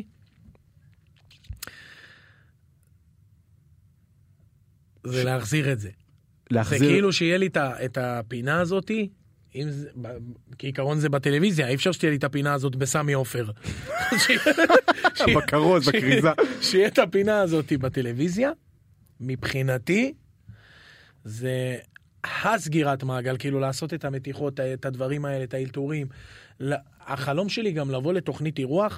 זה להחזיר את זה. זה כאילו שיהיה לי את הפינה הזאת, כעיקרון זה בטלוויזיה, אי אפשר שתהיה לי את הפינה הזאת בסמי עופר. בקרוז, בקריזה. שיהיה את הפינה הזאת בטלוויזיה, מבחינתי, זה הסגירת מעגל, כאילו לעשות את המתיחות, את הדברים האלה, את האלתורים. החלום שלי גם לבוא לתוכנית אירוח,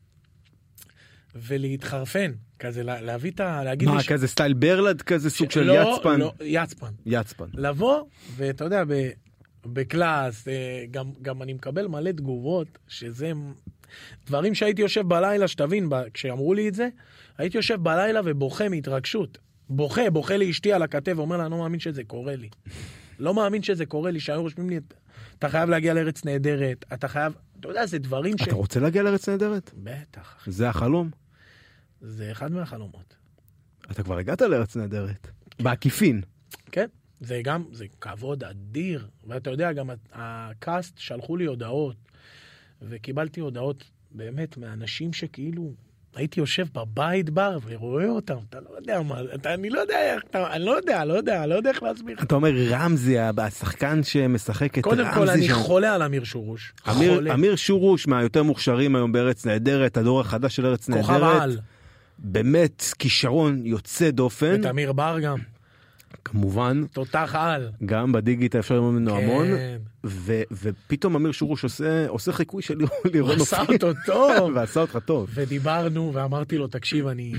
ולהתחרפן, כזה, להביא את ה... מה, כזה סטייל ברלד, כזה סוג של יצפן? לא, יצפן. לבוא, ואתה יודע, בקלאס, גם אני מקבל מלא תגובות, שזה דברים שהייתי יושב בלילה, שתבין, כשאמרו לי את זה, הייתי יושב בלילה ובוכה מהתרגשות. בוכה לאשתי על הכתב, ואומר לה, אני לא מאמין שזה קורה לי. לא מאמין שזה קורה לי, שהיו רושמים לי, אתה חייב להגיע לארץ נהדרת, אתה חייב... אתה יודע, זה דברים אתה רוצה להגיע לארץ נהדרת? בטח. זה החלום? זה אחד מהחלומות. אתה כבר הגעת לארץ נהדרת? בעקיפין. כן, זה כבוד אדיר. ואתה יודע, גם הקאסט שלחו לי הודעות, וקיבלתי הודעות באמת מאנשים שכאילו, הייתי יושב בבית בר ורואה אותם, אתה לא יודע מה, אני לא יודע איך, אני לא יודע איך להסביר. אתה אומר רמזי, השחקן שמשחק את רמזי. קודם כל אני חולה על אמיר שורוש. אמיר שורוש מהיותר מוכשרים היום בארץ נהדרת, הדור החדש של ארץ נהדרת. כוכב העל. באמת כישרון יוצא דופן. ואת אמיר בר גם. כמובן. תותח על. גם בדיגיטל אפשר ללמוד ממנו המון. ופתאום אמיר שורוש עושה חיקוי של לירון אופיר. עשה אותו טוב. ועשה אותך טוב. ודיברנו ואמרתי לו, תקשיב, אני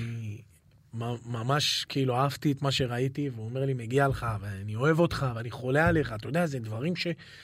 ממש כאילו אהבתי את מה שראיתי, והוא אומר לי, מגיע לך, ואני אוהב אותך, ואני חולה עליך. אתה יודע, זה דברים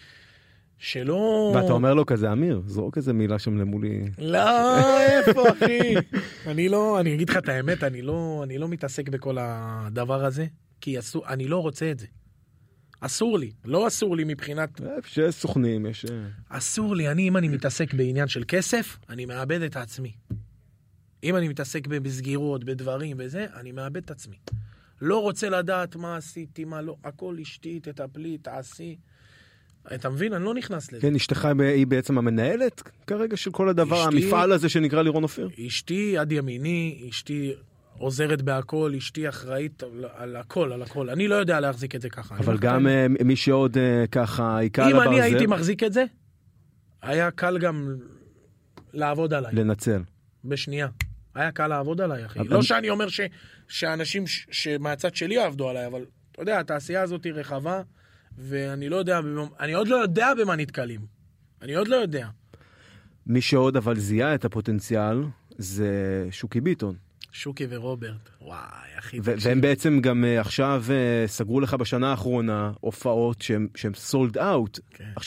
שלא... ואתה אומר לו כזה, אמיר, זרוק איזה מילה שם למולי. לא, איפה, אחי? אני אגיד לך את האמת, אני לא מתעסק בכל הדבר הזה, כי אני לא רוצה את זה. אסור לי, לא אסור לי מבחינת... שיש סוכנים, יש... אסור לי, אם אני מתעסק בעניין של כסף, אני מאבד את עצמי. אם אני מתעסק בסגירות, בדברים, בזה, אני מאבד את עצמי. לא רוצה לדעת מה עשיתי, מה לא, הכל אשתי, תטפלי, תעשי. אתה מבין? אני לא נכנס לזה. כן, אשתך היא בעצם המנהלת כרגע של כל הדבר, המפעל הזה שנקרא לירון אופיר? אשתי יד ימיני, אשתי עוזרת בהכל, אשתי אחראית על הכל, על הכל. אני לא יודע להחזיק את זה ככה. אבל גם מי שעוד ככה עיקר לברזל... אם אני הייתי מחזיק את זה, היה קל גם לעבוד עליי. לנצל. בשנייה. היה קל לעבוד עליי, אחי. לא שאני אומר שאנשים שמהצד שלי יעבדו עליי, אבל אתה יודע, התעשייה הזאת היא רחבה, ואני לא יודע, אני עוד לא יודע במה נתקלים. אני עוד לא יודע. מי שעוד אבל זיהה את הפוטנציאל, זה שוקי ביטון. שוקי ורוברט. וואי, אחי. והם בעצם גם עכשיו סגרו לך בשנה האחרונה הופעות שהם sold out. כן. עכשיו,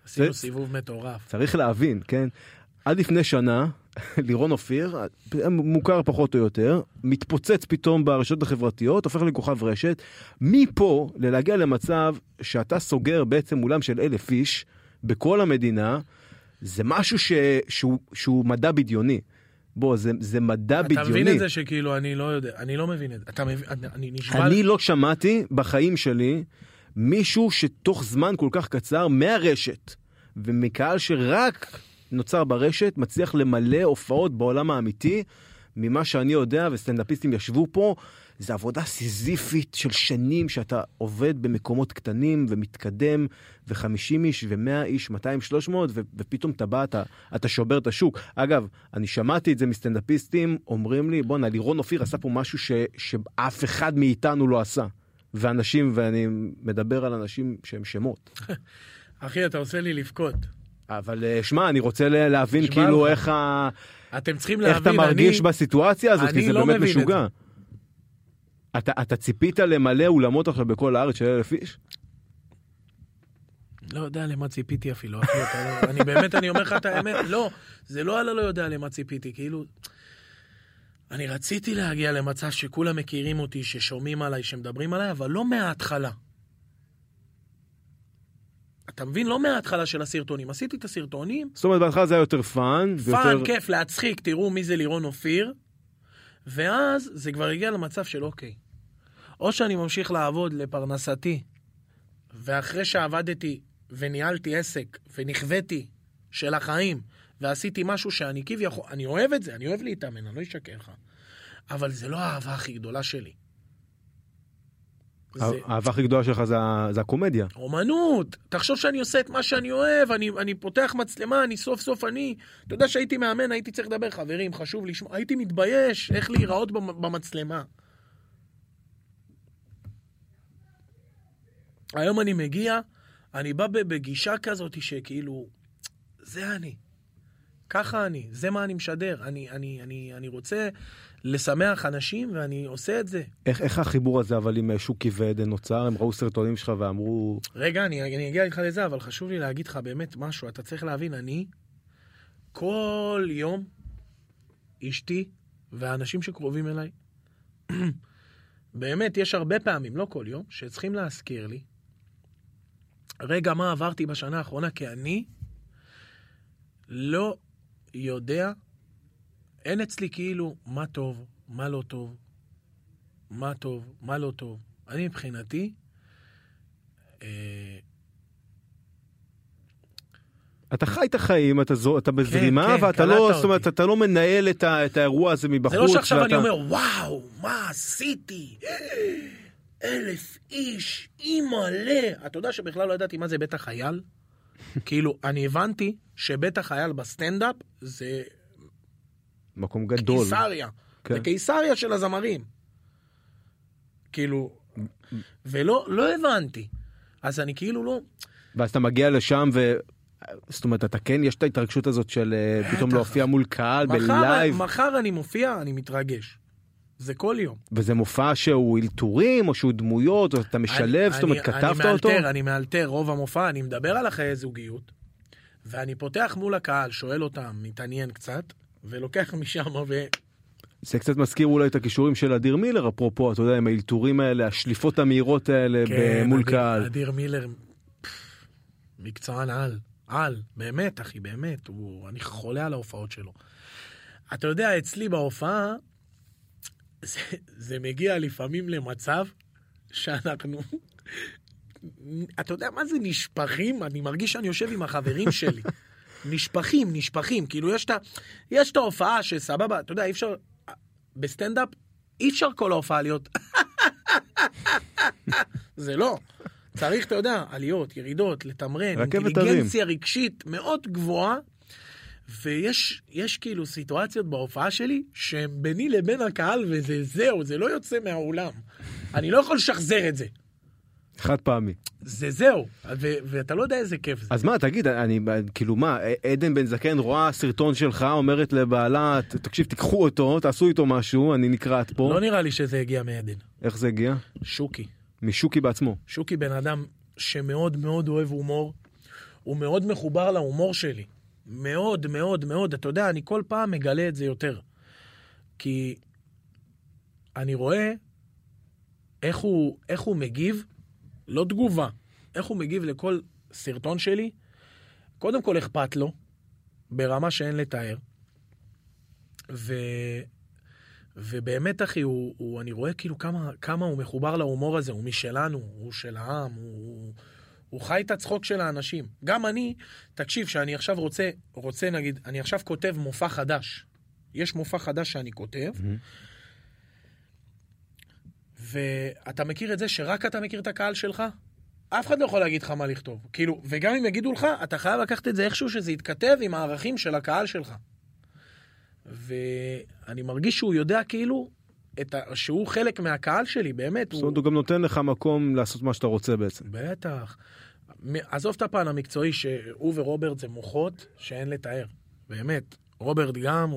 עשינו סיבוב מטורף. צריך להבין, כן? עד לפני שנה, לירון אופיר, מוכר פחות או יותר, מתפוצץ פתאום ברשתות החברתיות, הופך לכוכב רשת, מפה ללהגיע למצב שאתה סוגר בעצם אולם של 1,000 איש בכל המדינה, זה משהו שהוא מדע בדיוני. בוא, זה מדע בדיוני. אתה מבין את זה שכאילו, אני לא יודע, אני לא מבין את זה. אני לא שמעתי בחיים שלי מישהו שתוך זמן כל כך קצר מהרשת, ומקהל שרק נוצר ברשת, מצליח למלא הופעות בעולם האמיתי, ממה שאני יודע, וסטנדאפיסטים ישבו פה, זה עבודה סיזיפית של שנים שאתה עובד במקומות קטנים ומתקדם, ו50 איש ו100 איש, 200, 300, ופתאום אתה בא, אתה שובר את השוק. אגב, אני שמעתי את זה מסטנדאפיסטים, אומרים לי, בוא, לירון אופיר עשה פה משהו שאף אחד מאיתנו לא עשה. ואנשים, ואני מדבר על אנשים שהם שמות. אחי, אתה עושה לי לבכות. אבל שמע, אני רוצה להבין כאילו איך אתם צריכים להבין, אתה מרגיש בסיטואציה הזאת, כי זה באמת משוגע. אתה ציפית למלא אולמות עכשיו בכל הארץ של 1,000 איש? לא יודע למה ציפיתי אפילו. אני באמת, אני אומר לך את האמת, לא, זה לא עלה לא יודע למה ציפיתי, כאילו, אני רציתי להגיע למצב שכולם מכירים אותי, ששומעים עליי, שמדברים עליי, אבל לא מההתחלה. אתה מבין? לא מההתחלה של הסרטונים. עשיתי את הסרטונים. זאת אומרת, בהתחלה זה היה יותר פאן. פאן, כיף, להצחיק, תראו מי זה לירון אופיר. ואז זה כבר הגיע למצב של אוקיי. או שאני ממשיך לעבוד לפרנסתי, ואחרי שעבדתי וניהלתי עסק, ונכוויתי של החיים, ועשיתי משהו שאני כביכול, אני אוהב את זה, אני אוהב להתאמן, אני לא אשקר לך. אבל זה לא האהבה הכי גדולה שלי. האהבה הכי גדולה שלך זה הקומדיה. אומנות. תחשוב שאני עושה את מה שאני אוהב, אני פותח מצלמה, אני סוף סוף אתה יודע שהייתי מאמן, הייתי צריך לדבר, חברים, חשוב לשמוע, הייתי מתבייש איך להיראות במצלמה. היום אני מגיע, אני בא בגישה כזאת שכאילו, זה אני. ככה אני, זה מה אני משדר. אני רוצה לשמח אנשים, ואני עושה את זה. איך החיבור הזה, אבל עם שוקי ועדן נוצר? הם ראו סרטונים שלך ואמרו... רגע, אני אגיע איתך לזה, אבל חשוב לי להגיד לך באמת משהו. אתה צריך להבין, אני כל יום, אשתי והאנשים שקרובים אליי, באמת, יש הרבה פעמים, לא כל יום, שצריכים להזכיר לי, רגע, מה עברתי בשנה האחרונה, כי אני לא יודע, אין אצלי כאילו מה טוב, מה לא טוב, מה טוב, מה לא טוב. אני מבחינתי, אתה חי את החיים, אתה בזרימה, ואתה לא, זאת אומרת, אתה לא מנהל את האירוע הזה מבחוץ. זה לא שעכשיו אני אומר, וואו, מה עשיתי? 1,000 איש, אימא'לה. אתה יודע שבכלל לא ידעתי מה זה בית החייל? כאילו, אני הבנתי שבית החייל בסטנדאפ זה... מקום גדול. קיסריה. זה קיסריה של הזמרים. כאילו, ולא הבנתי. אז אני כאילו לא... ואז אתה מגיע לשם זאת אומרת, אתה כן, יש את ההתרגשות הזאת של פתאום להופיע מול קהל בלייב. מחר אני מופיע, אני מתרגש. זה כל יום. וזה מופע שהוא אלתורים, או שהוא דמויות, או אתה משלב, זאת אומרת, כתבת אותו? אני מאלתר רוב המופע, אני מדבר על החיי זוגיות, ואני פותח מול הקהל, שואל אותם, מתעניין קצת, ולוקח משם זה קצת מזכיר אולי את הכישורים של אדיר מילר, אפרופו, אתה יודע, עם האלתורים האלה, השליפות המהירות האלה מול קהל. אדיר מילר, מקצוען על, באמת, אחי, באמת, אני חולה על ההופעות שלו. אתה יודע, אצלי בהופעה, זה מגיע לפעמים למצב שאנחנו, אתה יודע מה זה נשפכים? אני מרגיש שאני יושב עם החברים שלי. נשפכים, כאילו יש את ההופעה שסבבה, אתה יודע, אי אפשר, בסטנדאפ, אי אפשר כל ההופעה להיות, זה לא. צריך, אתה יודע, עליות, ירידות, לתמרן, אינטליגנציה רגשית מאוד גבוהה, ויש כאילו סיטואציות בהופעה שלי, שהן ביני לבין הקהל, וזהו, זה לא יוצא מהאולם. אני לא יכול לשחזר את זה. חד פעמי. זהו, ואתה לא יודע איזה כיף זה. אז מה, תגיד, כאילו מה, עדן בן זקן רואה סרטון שלך, אומרת לבעלה, תקשיב, תיקחו אותו, תעשו איתו משהו, אני נקראת פה. לא נראה לי שזה הגיע מעדן. איך זה הגיע? שוקי. משוקי בעצמו. שוקי בן אדם שמאוד מאוד אוהב הומור, הוא מאוד מחובר להומור שלי. מאוד, מאוד, מאוד. אתה יודע, אני כל פעם מגלה את זה יותר. כי אני רואה איך הוא מגיב, לא תגובה, איך הוא מגיב לכל סרטון שלי. קודם כל אכפת לו, ברמה שאין לתאר. ובאמת, אחי, אני רואה כאילו כמה הוא מחובר להומור הזה, הוא משלנו, הוא של העם, הוא חי את הצחוק של האנשים. גם אני, תקשיב, שאני עכשיו רוצה נגיד, אני עכשיו כותב מופע חדש. יש מופע חדש שאני כותב, ואתה מכיר את זה שרק אתה מכיר את הקהל שלך? אף אחד לא יכול להגיד לך מה לכתוב. כאילו, וגם אם יגידו לך, אתה חייב לקחת את זה איכשהו שזה יתכתב עם הערכים של הקהל שלך. ואני מרגיש שהוא יודע כאילו, שהוא חלק מהקהל שלי, באמת. זאת אומרת, הוא גם נותן לך מקום לעשות מה שאתה רוצה בעצם. בטח. עזוב את הפן המקצועי שהוא ורוברט זה מוחות שאין לתאר. באמת. רוברט גם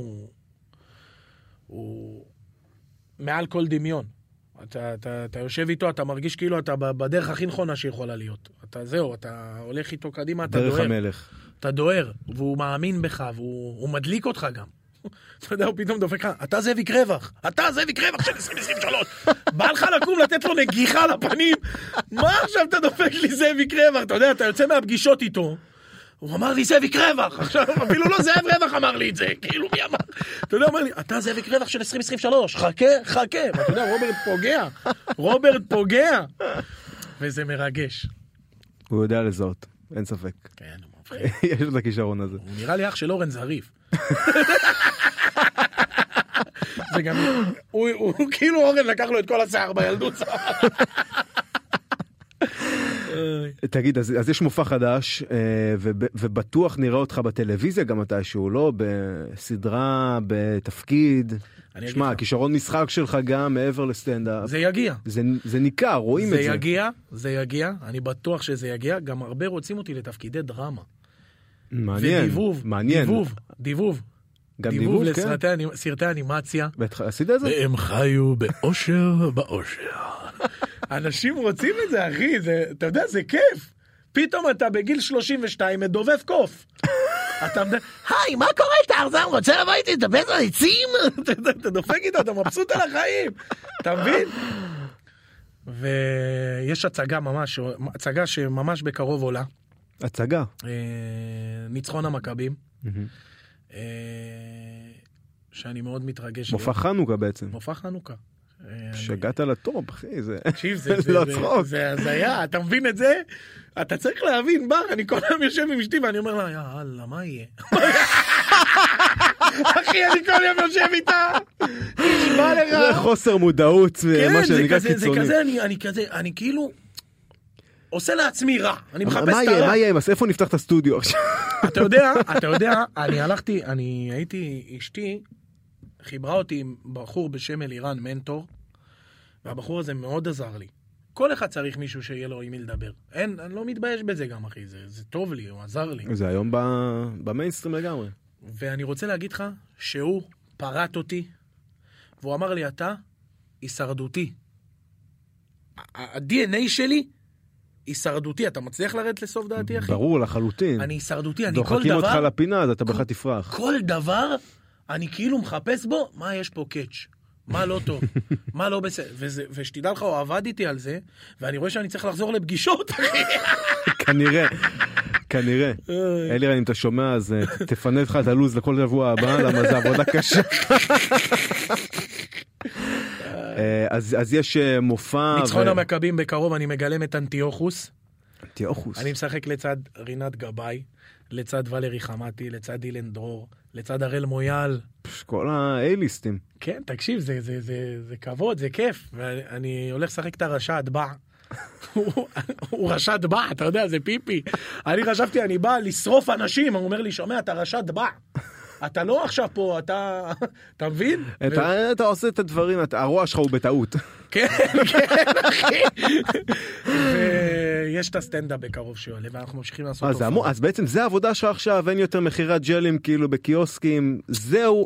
הוא מעל כל דמיון. אתה יושב איתו, אתה מרגיש כאילו אתה בדרך הכי נכונה שיכולה להיות. אתה הולך איתו קדימה, אתה דוהר. דרך המלך. אתה דוהר, והוא מאמין בך, והוא מדליק אותך גם. אתה יודע, הוא פתאום דופק לך, אתה זאביק רווח של 2023. בא לך לקום לתת לו נגיחה לפנים, מה עכשיו אתה דופק לי זאביק רווח? אתה יודע, אתה יוצא מהפגישות איתו, הוא אמר לי זאביק רווח, עכשיו אפילו לא זאב רווח אמר לי את זה, כאילו מי אמר? אתה יודע, אומר לי, אתה זאביק רווח של 2023, חכה, ואתה יודע, רוברט פוגע, וזה מרגש. הוא יודע לזהות, אין ספק. כן, הוא מפחיד. יש את הכישרון הזה. הוא נראה לי אח של אורן זריף. זה גם, הוא כאילו אורן לקח לו את כל השיער בילדות. תגיד, אז יש מופע חדש, ובטוח נראה אותך בטלוויזיה גם מתישהו, לא? בסדרה, בתפקיד. שמע, כישרון משחק שלך גם מעבר לסטנדאפ. זה יגיע. זה ניכר, רואים את זה. זה יגיע, אני בטוח שזה יגיע. גם הרבה רוצים אותי לתפקידי דרמה. מעניין. דיבוב. גם דיבוב, כן? לסרטי אנימציה. בטח, עשית את זה? והם חיו באושר. אנשים רוצים את זה, אחי, אתה יודע, זה כיף. פתאום אתה בגיל 32 מדובב קוף. היי, מה קורה איתה, ארזן? רוצה לבוא איתי לדבר על עצים? אתה דופק איתה, אתה מבסוט על החיים. אתה מבין? ויש הצגה שממש בקרוב עולה. הצגה? ניצחון המכבים. שאני מאוד מתרגש. מופע חנוכה בעצם. מופע חנוכה. שגעת לטופ, אחי, זה לא צחוק. זה הזיה, אתה מבין את זה? אתה צריך להבין, אני כל פעם יושב עם אשתי ואני אומר לה, יאללה, מה יהיה? אחי, אני כל יום יושב איתה, נשמע לך. זה חוסר מודעות, מה שנקרא קיצוני. זה כזה, אני כאילו עושה לעצמי רע, אני מחפש את הרע. מה יהיה? איפה נפתח את הסטודיו עכשיו? אתה יודע, אני הייתי, אשתי חיברה אותי עם בחור בשם אלירן, מנטור, והבחור הזה מאוד עזר לי. כל אחד צריך מישהו שיהיה לו עם מי לדבר. אני לא מתבייש בזה גם, אחי, זה טוב לי, הוא עזר לי. זה היום במיינסטרים לגמרי. ואני רוצה להגיד לך שהוא פרט אותי, והוא אמר לי, אתה הישרדותי. ה-DNA שלי הישרדותי. אתה מצליח לרדת לסוף דעתי, אחי? ברור, לחלוטין. אני הישרדותי, אני כל דבר... דוחקים אותך לפינה, אז אתה בכלל תפרח. כל דבר, אני כאילו מחפש בו, מה יש פה קאץ'? מה לא טוב? מה לא בסדר? ושתדע לך, הוא עבד איתי על זה, ואני רואה שאני צריך לחזור לפגישות, אחי. כנראה. אלירן, אם אתה שומע, אז תפנה לך את הלוז לכל שבוע הבא, למה זה עבודה קשה. אז יש מופע... ניצחון המכבים בקרוב, אני מגלם את אנטיוכוס. אנטיוכוס. אני משחק לצד רינת גבאי, לצד ולרי חמתי, לצד אילן דרור, לצד הראל מויאל. כל האייליסטים. כן, תקשיב, זה כבוד, זה כיף. ואני הולך לשחק את הרשע בא. הוא רשע בא, אתה יודע, זה פיפי. אני חשבתי, אני בא לשרוף אנשים, הוא אומר לי, שומע, אתה רשע בא. אתה לא עכשיו פה, אתה מבין? אתה עושה את הדברים, הרוע שלך הוא בטעות. כן, אחי. ויש את הסטנדאפ בקרוב שעולה, ואנחנו ממשיכים לעשות תופעה. אז בעצם זה העבודה שלך עכשיו, אין יותר מחירת ג'לים כאילו בקיוסקים, זהו,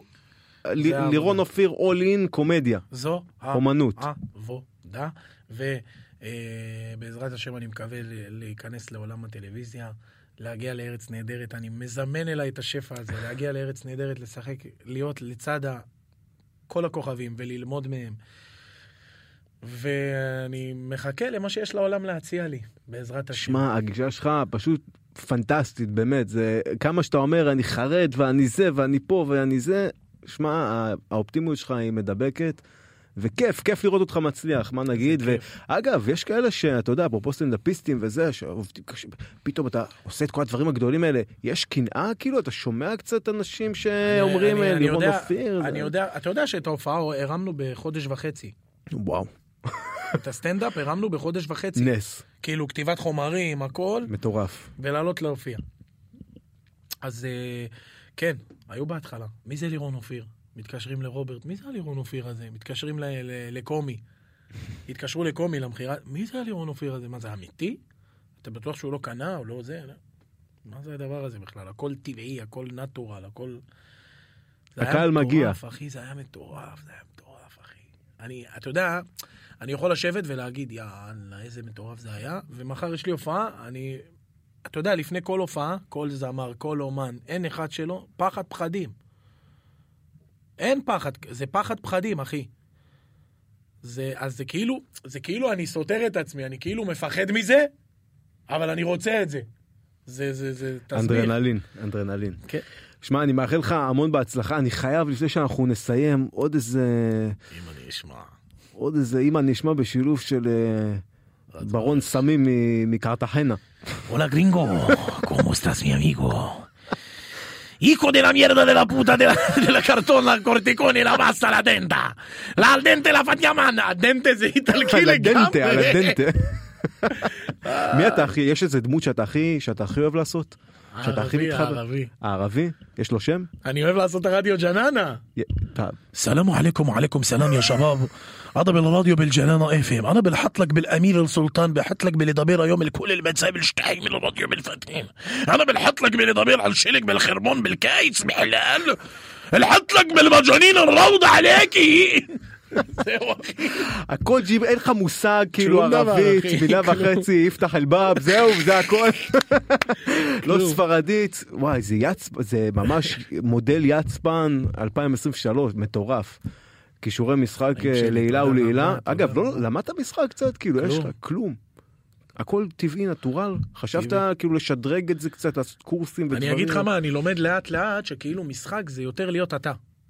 לירון אופיר, all in, קומדיה. זו אומנות. העבודה, בעזרת השם אני מקווה להיכנס לעולם הטלוויזיה, להגיע לארץ נהדרת, אני מזמן אליי את השפע הזה, להגיע לארץ נהדרת, לשחק, להיות לצד כל הכוכבים וללמוד מהם. ואני מחכה למה שיש לעולם להציע לי, בעזרת השם. שמע, הגישה שלך פשוט פנטסטית, באמת. זה כמה שאתה אומר, אני חרד ואני זה ואני פה ואני זה. שמע, האופטימיות שלך היא מדבקת, וכיף, כיף לראות אותך מצליח, מה נגיד. ואגב, יש כאלה שאתה יודע, אפרופו סטנדאפיסטים וזה, פתאום אתה עושה את כל הדברים הגדולים האלה. יש קנאה, כאילו, אתה שומע קצת אנשים שאומרים, לירון אופיר. אני יודע, אתה יודע שאת ההופעה הרמנו בחודש וחצי. וואו. את הסטנדאפ הרמנו בחודש וחצי. נס. כאילו, כתיבת חומרים, הכל. מטורף. ולעלות להופיע. אז כן, היו בהתחלה. מי זה לירון אופיר? מתקשרים לרוברט. מי זה לירון אופיר הזה? מתקשרים לקומי. התקשרו לקומי למחירה. מי זה לירון אופיר הזה? מה זה, אמיתי? אתה בטוח שהוא לא קנה או לא זה? מה זה הדבר הזה בכלל? הכל טבעי, הכל נטורל, הכל... הקהל מגיע. אחי, זה היה מטורף, אחי. אתה יודע, אני יכול לשבת ולהגיד, יאללה, איזה מטורף זה היה, ומחר יש לי הופעה, אתה יודע, לפני כל הופעה, כל זמר, כל אומן, אין אחד שלו, פחד פחדים. אין פחד, זה פחד פחדים, אחי. אז זה כאילו אני סותר את עצמי, אני כאילו מפחד מזה, אבל אני רוצה את זה. זה תסביר. אנדרנלין. כן. שמע, אני מאחל לך המון בהצלחה, אני חייב לפני שאנחנו נסיים עוד איזה... אם אני אשמע בשילוב של ברון סמים מקרטחנה. Hola gringo, ¿cómo estás mi amigo? Hijo de la mierda de la puta de la cartón, la corticone, la basta, la denta. La al dente la fatiamana. הדנטה זה איטלקי לגמרי. על הדנטה. מי אתה הכי? יש איזה דמות שאתה הכי אוהב לעשות? הערבי. הערבי? יש לו שם? אני אוהב לעשות הרדיו ג'ננה. السلام عليكم وعليكم سلام يا شباب. أنا بالراديو بالجنانة FM. أنا بلحط لك بالأمير السلطان، بحط لك بالضبير يوم الكل المتساب الشتاي من الراديو بالفتين. أنا بلحط لك بالضبير على الشلك بالخرمون بالكايس بحلال. الحط لك بالمجانين الروضة عليكي. הכל ג'יב, אין לך מושג, כאילו ערבית, מילה וחצי, יפתח אלבאב, זהו, זה הכל. לא ספרדית. וואי, זה ממש מודל יצפן 2023, מטורף. קישורי משחק לעילה ולעילה. אגב, לא, למדת משחק קצת, כאילו, יש לך כלום. הכל טבעי, נטורל. חשבת כאילו לשדרג את זה קצת, לעשות קורסים ודברים. אני אגיד לך מה, אני לומד לאט לאט שכאילו משחק זה יותר להיות אתה.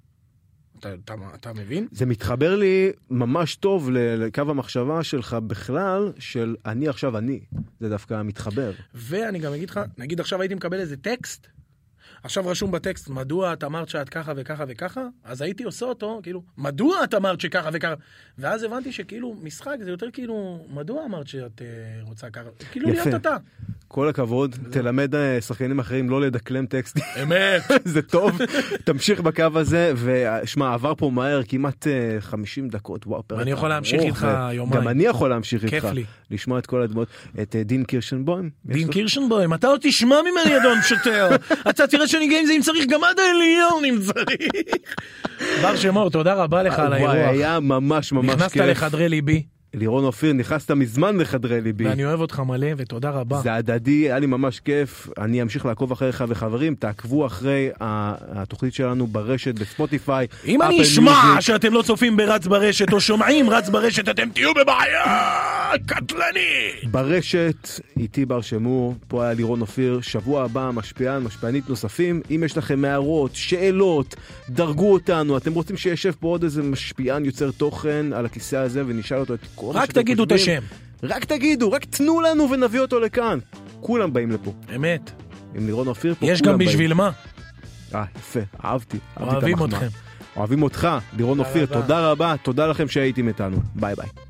אתה מבין? זה מתחבר לי ממש טוב לקו המחשבה שלך בכלל, של אני עכשיו אני. זה דווקא מתחבר. ואני גם אגיד לך, נגיד עכשיו הייתי מקבל איזה טקסט, עכשיו רשום בטקסט, מדוע את אמרת שאת ככה וככה וככה, אז הייתי עושה אותו, כאילו, מדוע את אמרת שככה וככה, ואז הבנתי שכאילו משחק זה יותר כאילו, מדוע אמרת שאת רוצה ככה, כאילו להיות אתה. כל הכבוד, תלמד שחקנים אחרים לא לדקלם טקסטים. אמת. זה טוב, תמשיך בקו הזה, ושמע, עבר פה מהר כמעט 50 דקות, וואו, פרק. אני יכול להמשיך איתך יומיים. גם אני יכול להמשיך איתך. כיף לי. לשמוע את כל הדמות, את דין קירשנבוים. דין קירשנבוים, אתה עוד תשמע ממני אדון שוטר. אתה תראה שאני גאה עם זה, אם צריך גם עד העליון, אם צריך. בר שמור, תודה רבה לך על האירוח. וואי, היה ממש ממש כיף. נכנסת לחדרי ליבי. לירון אופיר, נכנסת מזמן לחדרי ליבי. ואני אוהב אותך מלא, ותודה רבה. זה הדדי, היה לי ממש כיף. אני אמשיך לעקוב אחריך וחברים, תעקבו אחרי התוכנית שלנו ברשת, בספוטיפיי. אם אני אשמע שאתם לא צופים ברץ ברשת, או שומעים רץ ברשת, אתם תהיו בבעיה קטלנית. ברשת, איתי בר שמור, פה היה לירון אופיר. שבוע הבא, משפיענית נוספים. אם יש לכם הערות, שאלות, דרגו אותנו. אתם רוצים שישב פה עוד איזה משפיען יוצר תוכן על הכיסא הזה, ונשאל אותו את כל רק תגידו את השם. רק תגידו, רק תנו לנו ונביא אותו לכאן. כולם באים לפה. אמת. עם לירון אופיר פה יש גם בשביל מה? יפה, אהבתי. אוהבים אתכם. אוהבים אותך, לירון אופיר, תודה רבה. תודה לכם שהייתם איתנו. ביי ביי.